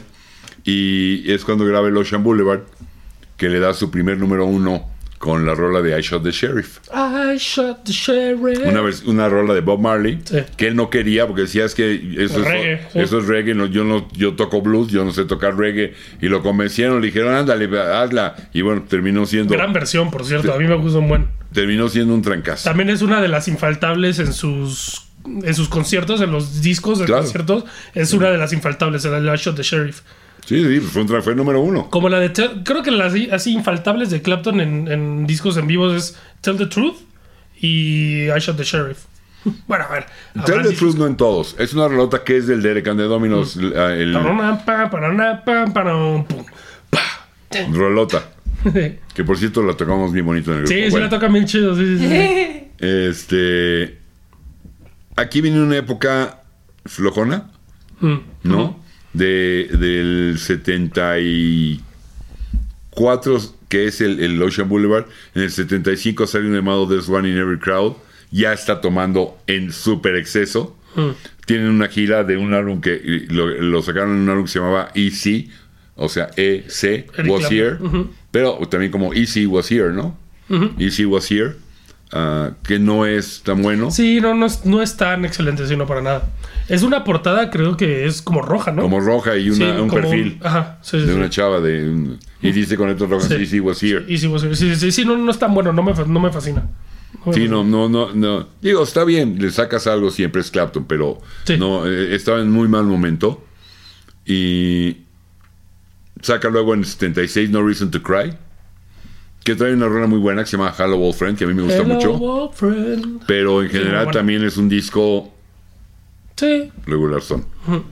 A: y es cuando graba el Ocean Boulevard, que le da su primer número uno con la rola de I Shot the Sheriff.
B: I shot the sheriff.
A: Una, vers- una rola de Bob Marley,
B: Sí.
A: que él no quería, porque decía, es que eso, es,
B: Reggae, sí.
A: eso es reggae, no, yo, no, yo toco blues, yo no sé tocar reggae, y lo convencieron, le dijeron, ándale, hazla, y bueno, terminó siendo,
B: Gran versión, por cierto. A mí me gusta un buen.
A: terminó siendo un trancazo.
B: También es una de las infaltables en sus en sus conciertos, en los discos de
A: Claro.
B: conciertos. Es una de las infaltables, la de I Shot the Sheriff.
A: Sí, sí, fue, un tra- fue número uno.
B: Como la de... Tell- creo que las así infaltables de Clapton en, en discos en vivo es Tell the Truth y I Shot the Sheriff. Bueno, a ver.
A: Tell
B: habrá
A: the
B: discos-
A: Truth no en todos. Es una rolota que es del Derek and the Dominos, la- el
B: Parana, pa, parana, pa, param, pum. Pa.
A: rolota. Que por cierto la tocamos bien bonito en el grupo.
B: Sí, sí
A: Bueno,
B: la toca bien chido. Sí, sí, sí.
A: este, aquí viene una época flojona,
B: Mm.
A: ¿no? De, del setenta y cuatro, que es el, el Ocean Boulevard. En el setenta y cinco sale un llamado There's One in Every Crowd. Ya está tomando en super exceso.
B: Mm.
A: Tienen una gira de un álbum que y lo, lo sacaron en un álbum que se llamaba E C, o sea, E C,
B: Eric
A: Was
B: Clapton.
A: Here,
B: Ujú.
A: pero también como E C Was Here, ¿no?
B: Ujú.
A: E C Was Here, ah, que no es tan bueno.
B: Sí, no, no es, no es tan excelente, sino para nada. Es una portada, creo que es como roja, ¿no?
A: Como roja y una,
B: Sí,
A: un
B: como
A: perfil
B: Ajá, sí, sí,
A: de
B: sí.
A: una chava de un- y dice con letras rojas
B: Sí.
A: E C Was Here.
B: Y sí, sí, sí, sí, sí, no, no es tan bueno, no me, fa- no me fascina. No me
A: Sí,
B: fascina.
A: no, no, no, no. Digo, está bien, le sacas algo, siempre es Clapton, pero
B: Sí.
A: no, eh, estaba en muy mal momento. Y saca luego en el setenta y seis No Reason to Cry, que trae una rola muy buena que se llama Hello Old Friend, que a mí me gusta
B: Hello,
A: mucho.
B: old friend.
A: Pero en
B: Sí, muy
A: general
B: buena.
A: también es un disco
B: Sí.
A: regular son.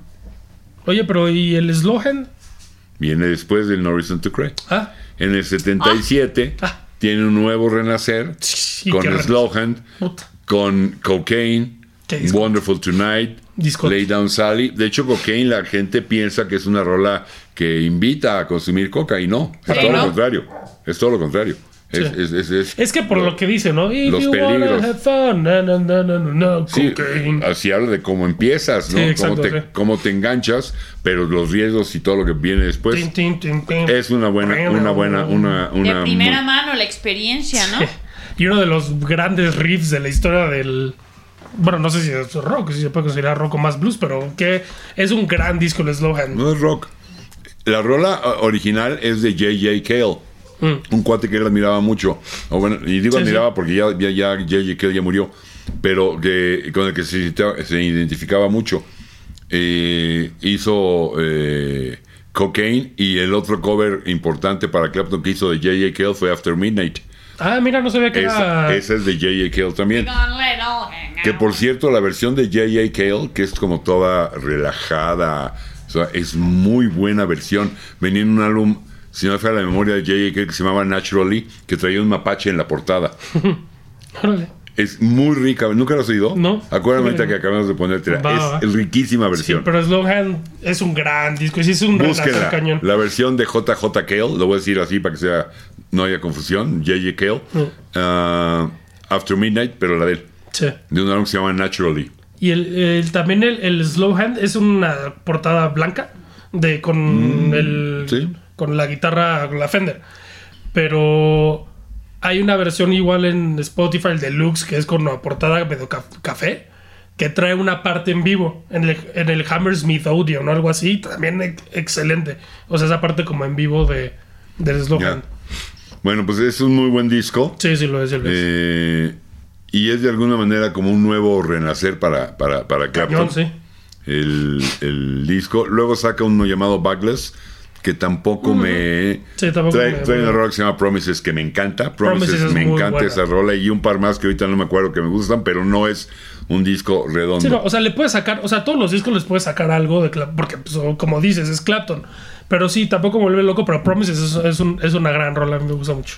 B: Oye, pero ¿y el Slohan?
A: Viene después del No Reason to Cry.
B: Ah,
A: En el setenta y siete
B: Ah.
A: tiene un nuevo renacer
B: sí,
A: con
B: qué raro.
A: Slowhand,
B: Puta.
A: con Cocaine,
B: Qué disco.
A: Wonderful Tonight,
B: Discote.
A: Lay Down Sally. De hecho, Cocaine la gente piensa que es una rola que invita a consumir coca y no. Es
C: Sí,
A: todo
C: ¿no?
A: lo contrario. Es todo lo contrario. Es,
B: Sí.
A: es, es, es-
B: Es que por lo que dice, ¿no? If
A: Los
B: you wanna
A: peligros.
B: have fun, na, na, na, na, na, na,
A: sí,
B: cocaine.
A: así habla de cómo empiezas, ¿no?
B: Sí, exacto,
A: cómo, te,
B: sí.
A: cómo te enganchas, pero los riesgos y todo lo que viene después
B: Tin, tin, tin, tin.
A: es una buena, una buena, una, una
C: De primera
A: muy-
C: mano la experiencia, ¿no?
B: Y uno de los grandes riffs de la historia del... Bueno, no sé si es rock, si se puede considerar rock o más blues, pero que es un gran disco el Slohan.
A: No es rock. La rola uh, original es de J J. Cale,
B: Mm.
A: un cuate que él admiraba mucho. O bueno, y digo
B: Sí,
A: admiraba
B: sí.
A: porque ya, ya, ya J J. Cale ya murió, pero que con el que se, identificaba- se identificaba mucho. Eh, hizo eh, Cocaine, y el otro cover importante para Clapton que hizo de J J. Cale fue After Midnight.
B: Ah, mira, no sabía que
A: Esa,
B: era...
A: esa es de J J. Cale también.
C: Gonna let all hang out.
A: Que por cierto, la versión de J J. Cale, que es como toda relajada, o sea, es muy buena versión. Venía en un álbum, si no me falla la memoria, de J J. Cale que se llamaba Naturally, que traía un mapache en la portada.
B: Órale.
A: Es muy rica. ¿Nunca lo has oído?
B: No.
A: Acuérdate ahorita que acabamos de ponerte.
B: Va, va.
A: Es riquísima
B: Sí,
A: versión.
B: pero Slohan es un gran disco. Y sí, es un renacer
A: Búsquenla.
B: cañón.
A: La versión de J J. Cale, lo voy a decir así para que sea no haya confusión. J J. Cale.
B: Mm.
A: ah, After Midnight, pero la de él.
B: Sí.
A: De un álbum que se llama Naturally.
B: Y el, el- también el, el Slowhand es una portada blanca de con el
A: sí.
B: con la guitarra, con la Fender. Pero hay una versión igual en Spotify, el Deluxe, que es con una portada medio ca- café, que trae una parte en vivo en el, en el Hammersmith Audio, ¿no? Algo así, también ex- excelente. O sea, esa parte como en vivo de del Slowhand.
A: Ya. Bueno, pues es un muy buen disco.
B: Sí, sí, lo es. El
A: Eh, y es de alguna manera como un nuevo renacer para, para, para Clapton.
B: cañón, sí.
A: el, el disco. Luego saca uno llamado Backless, que tampoco me...
B: Sí, tampoco
A: trae,
B: me-
A: trae una rola que se llama Promises, que me encanta. Promises,
B: Promises es
A: me
B: muy
A: encanta
B: buena.
A: esa rola. Y un par más que ahorita no me acuerdo que me gustan, pero no es un disco redondo.
B: Sí, no, o sea, le puedes sacar, o sea, todos los discos les puedes sacar algo de Clapton, porque, pues, o- como dices, es Clapton. Pero sí, tampoco me vuelve loco, pero Promises es, es, un- es una gran rola, a mí me gusta mucho.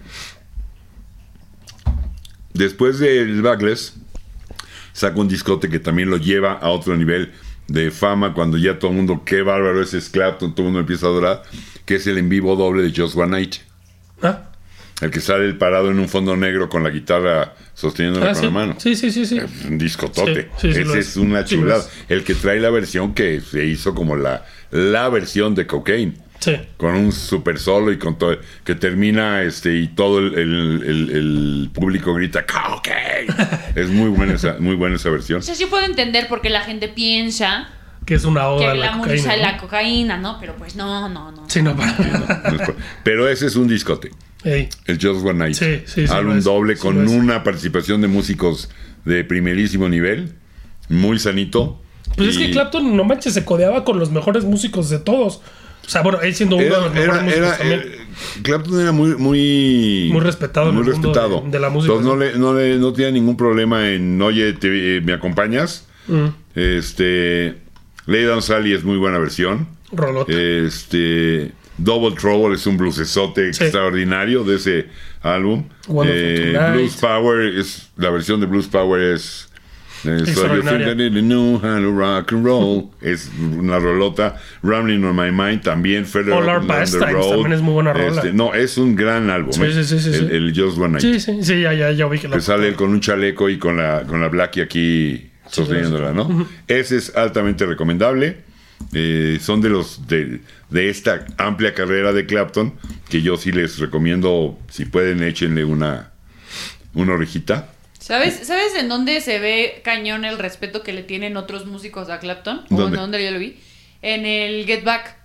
A: Después del Backless, saca un discote que también lo lleva a otro nivel de fama, cuando ya todo el mundo, qué bárbaro ese es Clapton, todo el mundo empieza a adorar, que es el en vivo doble de Just One Night.
B: ¿Ah?
A: El que sale el parado en un fondo negro con la guitarra sosteniéndola
B: Ah,
A: con
B: sí.
A: la mano.
B: Sí, sí, sí, sí.
A: Es un discotote.
B: Sí, sí, sí,
A: Ese
B: lo
A: es.
B: es.
A: una
B: Sí, lo
A: chulada.
B: es.
A: El que trae la versión que se hizo como la, la versión de Cocaine.
B: Sí.
A: Con un super solo y con todo. Que termina este y todo el, el- el- el público grita Cocaine. Es muy buena esa, muy buena esa versión.
C: O sea, sí puedo entender por qué la gente piensa
B: Que es una oda
C: que
B: a
C: la,
B: la
C: música
B: cocaína.
C: es
B: ¿no?
C: la cocaína, ¿no? Pero pues no, no, no.
B: Sí, no, para.
A: No es por- Pero ese es un discote.
B: Ey.
A: El Just One Night.
B: Sí, sí, sí,
A: Álbum
B: lo es.
A: doble
B: Sí,
A: con
B: lo es.
A: una participación de músicos de primerísimo nivel. Muy sanito.
B: Pues es
A: Y
B: que Clapton, no manches, se codeaba con los mejores músicos de todos. O sea, bueno, él siendo uno de
A: Era,
B: los mejores
A: era,
B: músicos
A: era,
B: también.
A: eh, Clapton era muy muy
B: Muy respetado en
A: muy
B: el mundo
A: respetado
B: de- de la música,
A: Entonces no
B: sí.
A: le, no le no tenía ningún problema en oye te- eh, me acompañas.
B: Mm,
A: Este Lay Down Sally es muy buena versión.
B: rolote.
A: Este Double Trouble es un bluesesote
B: Sí.
A: extraordinario de ese álbum.
B: Wonderful
A: Eh,
B: Tonight.
A: Blues Power es la versión de Blues Power es eh, So You
B: Extraordinaria.
A: Think That It Knew How to Rock and Roll es una rolota. Rambling on My Mind también. Further
B: All
A: Up
B: Our
A: on the
B: Pastimes
A: Road.
B: también es muy buena rola.
A: Este, no, es un gran álbum.
B: Sí,
A: eh.
B: sí, sí, sí,
A: el,
B: sí.
A: el Just One Night.
B: Sí, sí, sí, ya, ya, ya vi que la.
A: Que sale él con un chaleco y con la con la Blackie aquí sosteniéndola, ¿no? Uh-huh. Ese es altamente recomendable. Eh, son de los de, de esta amplia carrera de Clapton que yo sí les recomiendo, si pueden, échenle una, una orejita.
C: ¿Sabes, ¿Sabes en dónde se ve cañón el respeto que le tienen otros músicos a Clapton?
A: ¿Dónde?
C: ¿O en dónde yo lo vi? En el Get Back.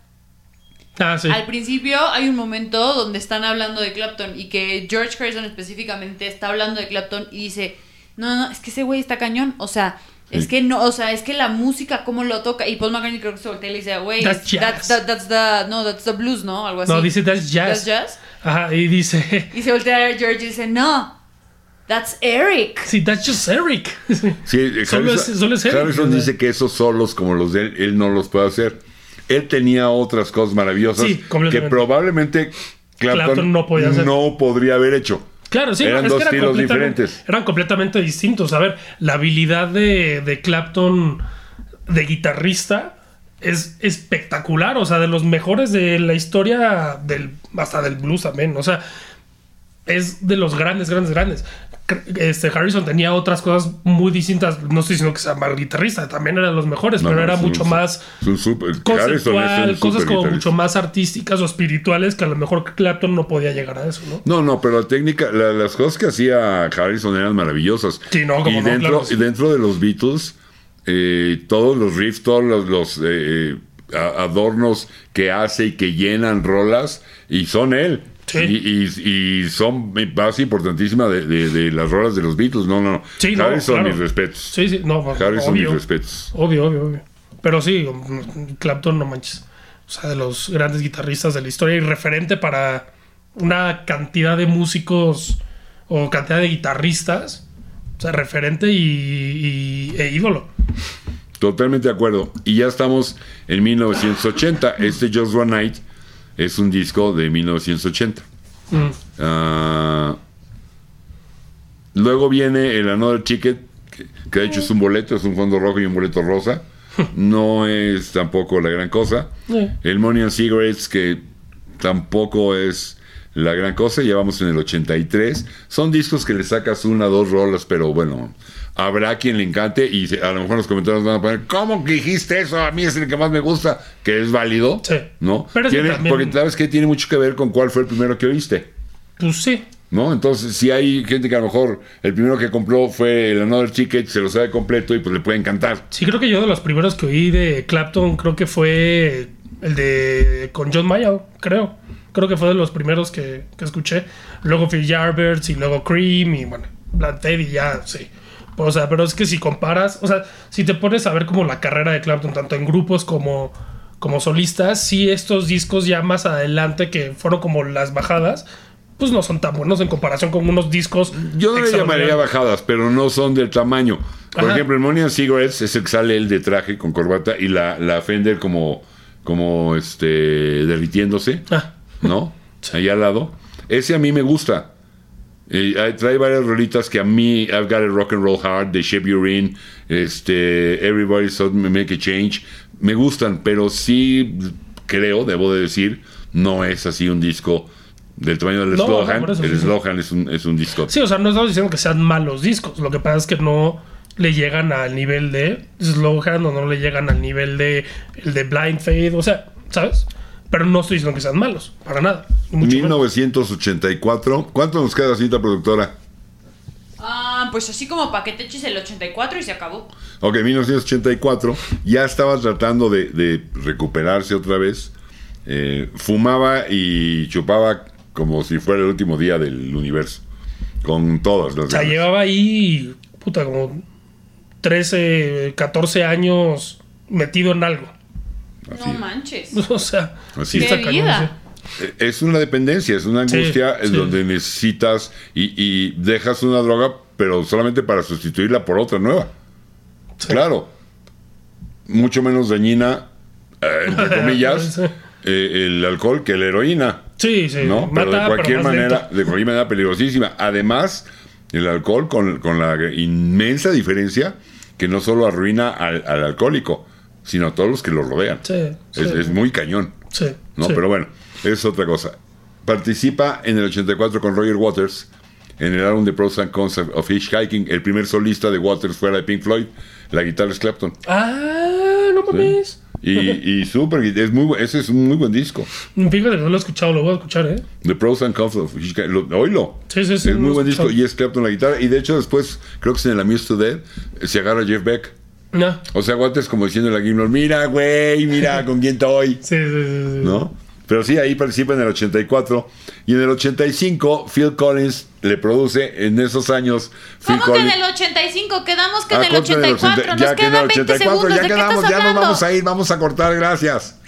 B: Ah, sí.
C: Al principio hay un momento donde están hablando de Clapton y que George Harrison específicamente está hablando de Clapton y dice, no, no, es que ese güey está cañón, o sea, sí. es que no, o sea, es que la música, cómo lo toca, y Paul McCartney creo que se voltea y le dice, güey,
B: that's,
C: that's, that, that's the, no, that's the blues, ¿no? Algo así.
B: No, dice that's jazz.
C: That's jazz.
B: Ajá, y dice...
C: Y se voltea a George y dice, no, that's Eric.
B: Sí, that's just Eric.
A: Sí, Harrison,
B: solo es, solo es Eric.
A: Harrison dice que esos solos como los de él, él no los puede hacer. Él tenía otras cosas maravillosas
B: sí,
A: que probablemente Clapton,
B: Clapton no, podía hacer.
A: no podría haber hecho.
B: Claro, sí,
A: eran
B: es
A: dos
B: que eran
A: estilos
B: completamente,
A: diferentes.
B: Eran completamente distintos. A ver, la habilidad de, de Clapton de guitarrista es espectacular. O sea, de los mejores de la historia, del hasta del blues también. O sea, es de los grandes, grandes, grandes. Este Harrison tenía otras cosas muy distintas. No estoy diciendo que sea mal guitarrista, también era de los mejores, no, pero no, era mucho un, más
A: un super,
B: conceptual, es cosas como mucho más artísticas o espirituales que a lo mejor Clapton no podía llegar a eso, ¿no?
A: No, no, pero la técnica, la, las cosas que hacía Harrison eran maravillosas.
B: Sí, no, como
A: y
B: no,
A: dentro,
B: claro, sí.
A: y dentro de los Beatles, eh, todos los riffs, todos los, los eh, adornos que hace y que llenan rolas, y son él. Sí. Y, y, y son base importantísima de, de, de las rolas de los Beatles. No, no, no.
B: Sí,
A: Harrison,
B: no, claro.
A: mis respetos.
B: Sí, sí, no,
A: Harrison,
B: obvio,
A: mis respetos.
B: Obvio, obvio, obvio. Pero sí, Clapton, no manches. O sea, de los grandes guitarristas de la historia y referente para una cantidad de músicos o cantidad de guitarristas. O sea, referente y, y e ídolo.
A: Totalmente de acuerdo. Y ya estamos en mil novecientos ochenta. Este Just One Night es un disco de mil novecientos ochenta. Mm. Uh, luego viene el Another Ticket, que, que de hecho es un boleto, es un fondo rojo y un boleto rosa. No es tampoco la gran cosa. Mm. El Money and Cigarettes, que tampoco es la gran cosa. Ya vamos en el ochenta y tres. Son discos que le sacas una o dos rolas, pero bueno, habrá quien le encante y a lo mejor en los comentarios van a poner, ¿cómo que dijiste eso? A mí es el que más me gusta, que es válido,
B: sí.
A: ¿no?
B: Pero
A: tiene,
B: también...
A: Porque sabes que tiene mucho que ver con cuál fue el primero que oíste.
B: Pues sí.
A: ¿No? Entonces, si hay gente que a lo mejor el primero que compró fue el Another Ticket, se lo sabe completo y pues le puede encantar.
B: Sí, creo que yo de los primeros que oí de Clapton, creo que fue el de con John Mayall, creo. Creo que fue de los primeros que, que escuché. Luego Phil Jarberts y luego Cream y bueno, Black Teddy ya, sí. O sea, pero es que si comparas, o sea, si te pones a ver como la carrera de Clapton, tanto en grupos como, como solistas, sí estos discos ya más adelante que fueron como las bajadas, pues no son tan buenos en comparación con unos discos.
A: Yo no le llamaría bajadas, pero no son del tamaño. Por Ajá. ejemplo, el Money and Cigarettes es el que sale él de traje con corbata y la, la Fender como, como este derritiéndose, ah. ¿no? Ahí al lado. Ese a mí me gusta. Eh, trae varias rolitas que a mí, I've Got a Rock and Roll Heart, The Shape You're In, este, Everybody So Make a Change, me gustan, pero sí creo, debo de decir, no es así un disco del tamaño del no, Slohan. No, el sí, Slohan sí. Es, un, es un disco.
B: Sí, o sea, no estamos diciendo que sean malos discos, lo que pasa es que no le llegan al nivel de Slohan o no le llegan al nivel de el de Blind Faith, o sea, ¿sabes? Pero no estoy diciendo que sean malos, para nada.
A: mil novecientos ochenta y cuatro. ¿Cuánto nos queda, cinta productora?
C: Ah, pues así como pa' que te eches el ochenta y cuatro y se acabó.
A: Ok, mil novecientos ochenta y cuatro. Ya estaba tratando de, de recuperarse otra vez. Eh, fumaba y chupaba como si fuera el último día del universo. Con todas las
B: O sea, ganas. Llevaba ahí, puta, como trece, catorce años metido en algo.
C: Así no manches.
B: O sea,
A: así
C: qué vida.
A: Es una dependencia, es una angustia sí, en sí. donde necesitas y, y dejas una droga, pero solamente para sustituirla por otra nueva. Sí. Claro, mucho menos dañina, eh, entre comillas, sí. eh, el alcohol que la heroína.
B: Sí, sí.
A: ¿no? Pero Mata, de cualquier pero manera, lento. de cualquier manera peligrosísima. Además, el alcohol con, con la inmensa diferencia que no solo arruina al, al alcohólico, sino a todos los que lo rodean.
B: Sí,
A: es,
B: sí.
A: es muy cañón.
B: Sí,
A: ¿no?
B: sí.
A: Pero bueno, es otra cosa. Participa en el ochenta y cuatro con Roger Waters en el álbum The Pros and Cons of Hitchhiking, el primer solista de Waters fuera de Pink Floyd, la guitarra es Clapton.
B: Ah, no mames.
A: Sí. Y, y súper, es muy, bu- ese es un muy buen disco.
B: Fíjate que no lo he escuchado, lo voy a escuchar, ¿eh?
A: The Pros and Cons of Hitchhiking, lo- oílo.
B: Sí, sí, sí.
A: Es
B: lo
A: muy
B: he
A: buen disco
B: escuchado.
A: y es Clapton la guitarra. Y de hecho después, creo que es en el Amused to Death, se agarra Jeff Beck.
B: No.
A: O sea, Waters como diciéndole a Gilmour, mira, güey, mira con quién estoy.
B: Sí, sí, sí, sí.
A: ¿No? Pero sí, ahí participa en el ochenta y cuatro. Y en el ochenta y cinco, Phil Collins le produce en esos años. Phil
C: ¿Cómo que en
A: Collins-
C: el ochenta y cinco? Quedamos que en
A: Ah,
C: el
A: corta en
C: ochenta y cuatro.
A: ochenta,
C: Nos
A: ya que en el
C: quedan veinte
A: ochenta y cuatro,
C: segundos.
A: ya
C: ¿De qué
A: quedamos,
C: estás
A: ya nos
C: hablando?
A: vamos a ir, vamos a cortar, gracias.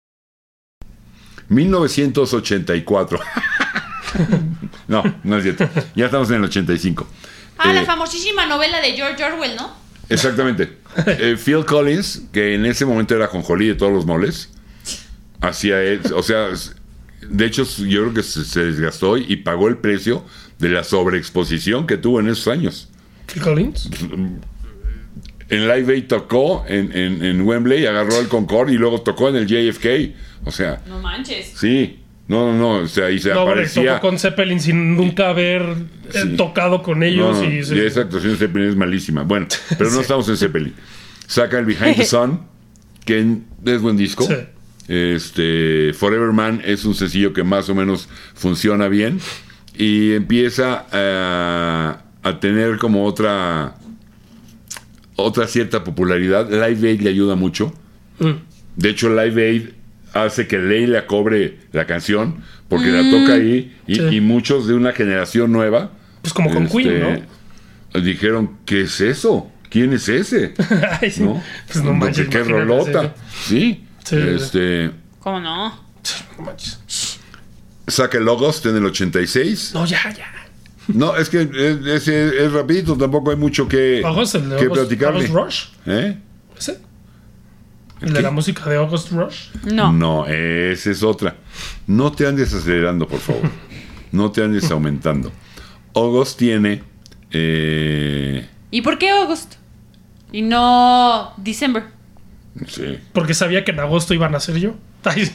A: mil novecientos ochenta y cuatro. No, no es cierto. Ya estamos en el ochenta y cinco.
C: Ah, la
A: Eh,
C: famosísima novela de George Orwell, ¿no?
A: Exactamente. Eh, Phil Collins, que en ese momento era jonjolí de todos los moles, hacía, él- o sea, de hecho yo creo que se, se desgastó y pagó el precio de la sobreexposición que tuvo en esos años.
B: Phil Collins.
A: En Live Aid tocó en, en, en Wembley, agarró el Concorde y luego tocó en el J F K. O sea,
C: No manches.
A: sí, no, no, no, o sea, ahí se
B: No, bueno,
A: aparecía.
B: tocó con Zeppelin sin nunca haber eh,
A: Sí.
B: tocado con
A: No,
B: ellos.
A: no,
B: y,
A: y esa actuación de Zeppelin es malísima. Bueno, pero no estamos en Zeppelin. Saca el Behind the Sun, que en- es buen disco.
B: Sí.
A: Este, Forever Man es un sencillo que más o menos funciona bien. Y empieza a, a tener como otra, otra cierta popularidad. Live Aid le ayuda mucho.
B: Mm.
A: De hecho, Live Aid hace que Leila cobre la canción porque la toca ahí y,
B: Sí.
A: y muchos de una generación nueva
B: Pues como con Queen,
A: ¿no? Dijeron, ¿qué es eso? ¿Quién es ese?
B: Ay, sí.
A: ¿No?
B: Pues no manches.
A: ¿Qué
B: imagínate,
A: rolota? Sí.
B: Sí.
A: Este,
C: ¿Cómo no?
B: sí. No manches.
A: saca el August en el ochenta y seis.
B: No, ya, ya.
A: No, es que es, es- es rapidito, tampoco hay mucho que,
B: August, el de
A: que
B: August,
A: platicarle.
B: August Rush.
A: ¿Eh?
B: ¿Ese?
A: ¿El
B: ¿El de
A: qué?
B: la música de August Rush?
C: No.
A: No, esa es otra. No te andes acelerando, por favor. No te andes aumentando. August tiene... eh,
C: ¿Y por qué August? Y no December.
A: sí.
B: Porque sabía que en agosto iban a ser yo. Ay,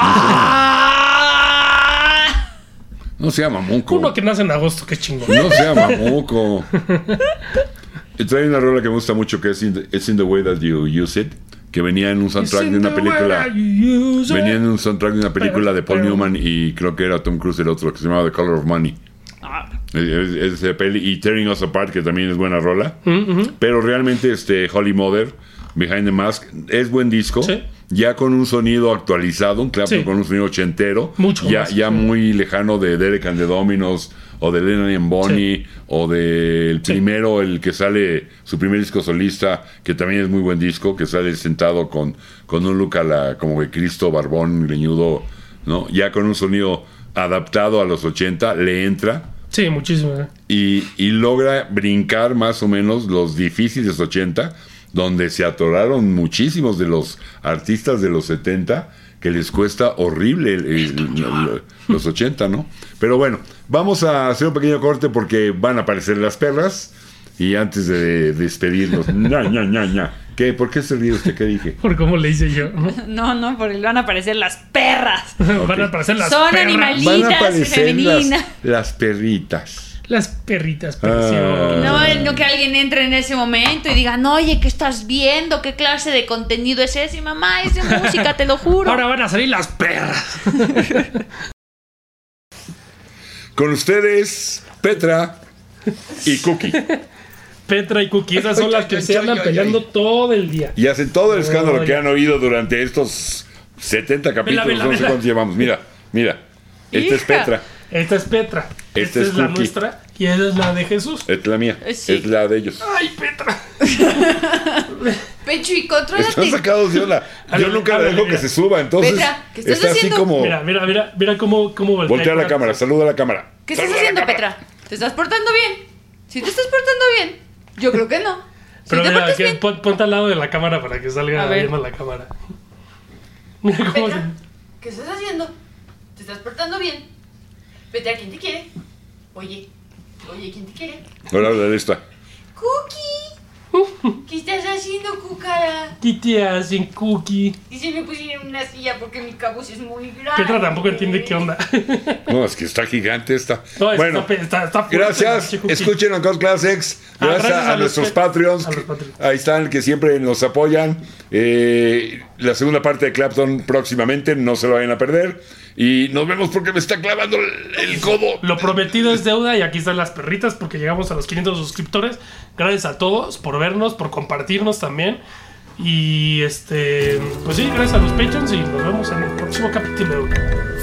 C: ¡Ah!
A: No sea mamuco.
B: uno que nace en agosto, qué chingón.
A: No sea mamuco. Y trae una rola que me gusta mucho que es in the, It's in the Way That You Use It, que venía en un soundtrack de una película. Venía en un soundtrack de una película de Paul
B: Pero-
A: Newman y creo que era Tom Cruise el otro, que se llamaba The Color of Money.
C: Ah,
A: Es, es- es de peli. Y Tearing Us Apart, que también es buena rola.
B: Mm, ujú.
A: Pero realmente este Holy Mother, Behind the Mask, es buen disco.
B: Sí.
A: Ya con un sonido actualizado, un Clapton
B: Sí.
A: con un sonido ochentero.
B: Mucho
A: ya,
B: más,
A: ya
B: sí.
A: muy lejano de Derek and the Dominos, o de Lennon and Bonnie,
B: Sí.
A: o del
B: Sí.
A: primero, el que sale, su primer disco solista, que también es muy buen disco, que sale sentado con, con un look a la, como de Cristo, barbón, greñudo, ¿no? Ya con un sonido adaptado a los ochenta, le entra.
B: Sí, muchísimo. eh.
A: Y, y logra brincar más o menos los difíciles ochenta, donde se atoraron muchísimos de los artistas de los setenta, que les cuesta horrible el- el- el- los ochenta, ¿no? Pero bueno, vamos a hacer un pequeño corte porque van a aparecer las perras. Y antes de despedirnos, ña, ña, ña, ña. ¿Qué? ¿Por qué se ríe usted? ¿Qué dije?
B: Por cómo le hice yo. ¿no?
C: no, no, porque le van a aparecer las perras.
B: Van a aparecer las
C: Son
B: perras.
C: animalitos.
A: Van a
C: Lindas,
A: aparecer las,
C: femeninas.
A: las perritas.
B: Las perritas
A: Ah.
B: preciosas.
C: No, no que alguien entre en ese momento y digan, oye, ¿qué estás viendo? ¿Qué clase de contenido es ese? Y mamá, es de música, te lo juro.
B: Ahora van a salir las perras.
A: Con ustedes, Petra y Cookie.
B: Petra y Cookie, esas son las que se andan
A: Ay, ay,
B: peleando
A: ay.
B: todo el día.
A: Y hacen todo el escándalo
B: Ay.
A: que han oído durante estos setenta capítulos,
B: vela,
A: no sé
B: vela.
A: cuántos llevamos. Mira, mira. Esta es
C: Hija.
A: Petra,
B: Esta es Petra.
A: Esta
B: Esta
A: es
B: es la
A: Cookie.
B: nuestra. Y esa es la de Jesús.
A: esta es la mía,
C: Eh, sí.
A: es la de ellos.
B: Ay, Petra.
C: Pecho y
A: Están
C: contrólate.
A: sacados de onda.
B: A
A: Yo
B: ver,
A: nunca
B: a
A: le
B: ver,
A: dejo
B: mira.
A: que se suba, entonces
C: Petra, ¿qué estás
A: está así
C: haciendo?
A: como...
B: Mira, mira, mira, mira cómo, cómo voltea.
A: Voltea a la
B: con
A: cámara, saluda a la cámara.
C: ¿Qué estás
A: Saluda a la
C: haciendo,
A: cámara.
C: Petra? ¿Te estás portando bien? Si te estás portando bien, yo creo que no. Si
B: Pero
C: te
B: mira,
C: portas
B: que
C: bien,
B: pon- ponte al lado de la cámara para que
C: A
B: salga
C: ver.
B: viendo la cámara. Mira cómo
C: Petra, ¿qué estás haciendo? ¿Te estás portando bien? Petra, ¿quién te quiere? Oye, oye, ¿quién te quiere?
A: Ahora la de esta.
C: Cookie, ¿Qué estás haciendo, Cucara?
B: ¿Qué te hacen, Cookie?
C: Y se me pusieron una silla porque mi cabuz es muy grande.
B: Petra tampoco entiende qué onda.
A: No, es que está gigante esta.
B: No, es-
A: bueno,
B: está, está, está fuerte,
A: gracias.
B: pinche Cookie.
A: Escuchen a God Classics.
B: Ah,
A: Gracias,
B: gracias
A: a,
B: a los
A: nuestros
B: pe-
A: Patreons.
B: a los Patreons.
A: Ahí están, que siempre nos apoyan. Eh, la segunda parte de Clapton próximamente, no se lo vayan a perder. Y nos vemos porque me está clavando el, el codo.
B: Lo prometido es deuda y aquí están las perritas porque llegamos a los quinientos suscriptores. Gracias a todos por vernos, por compartirnos también. Y este, pues sí, gracias a los Patreons y nos vemos en el próximo capítulo.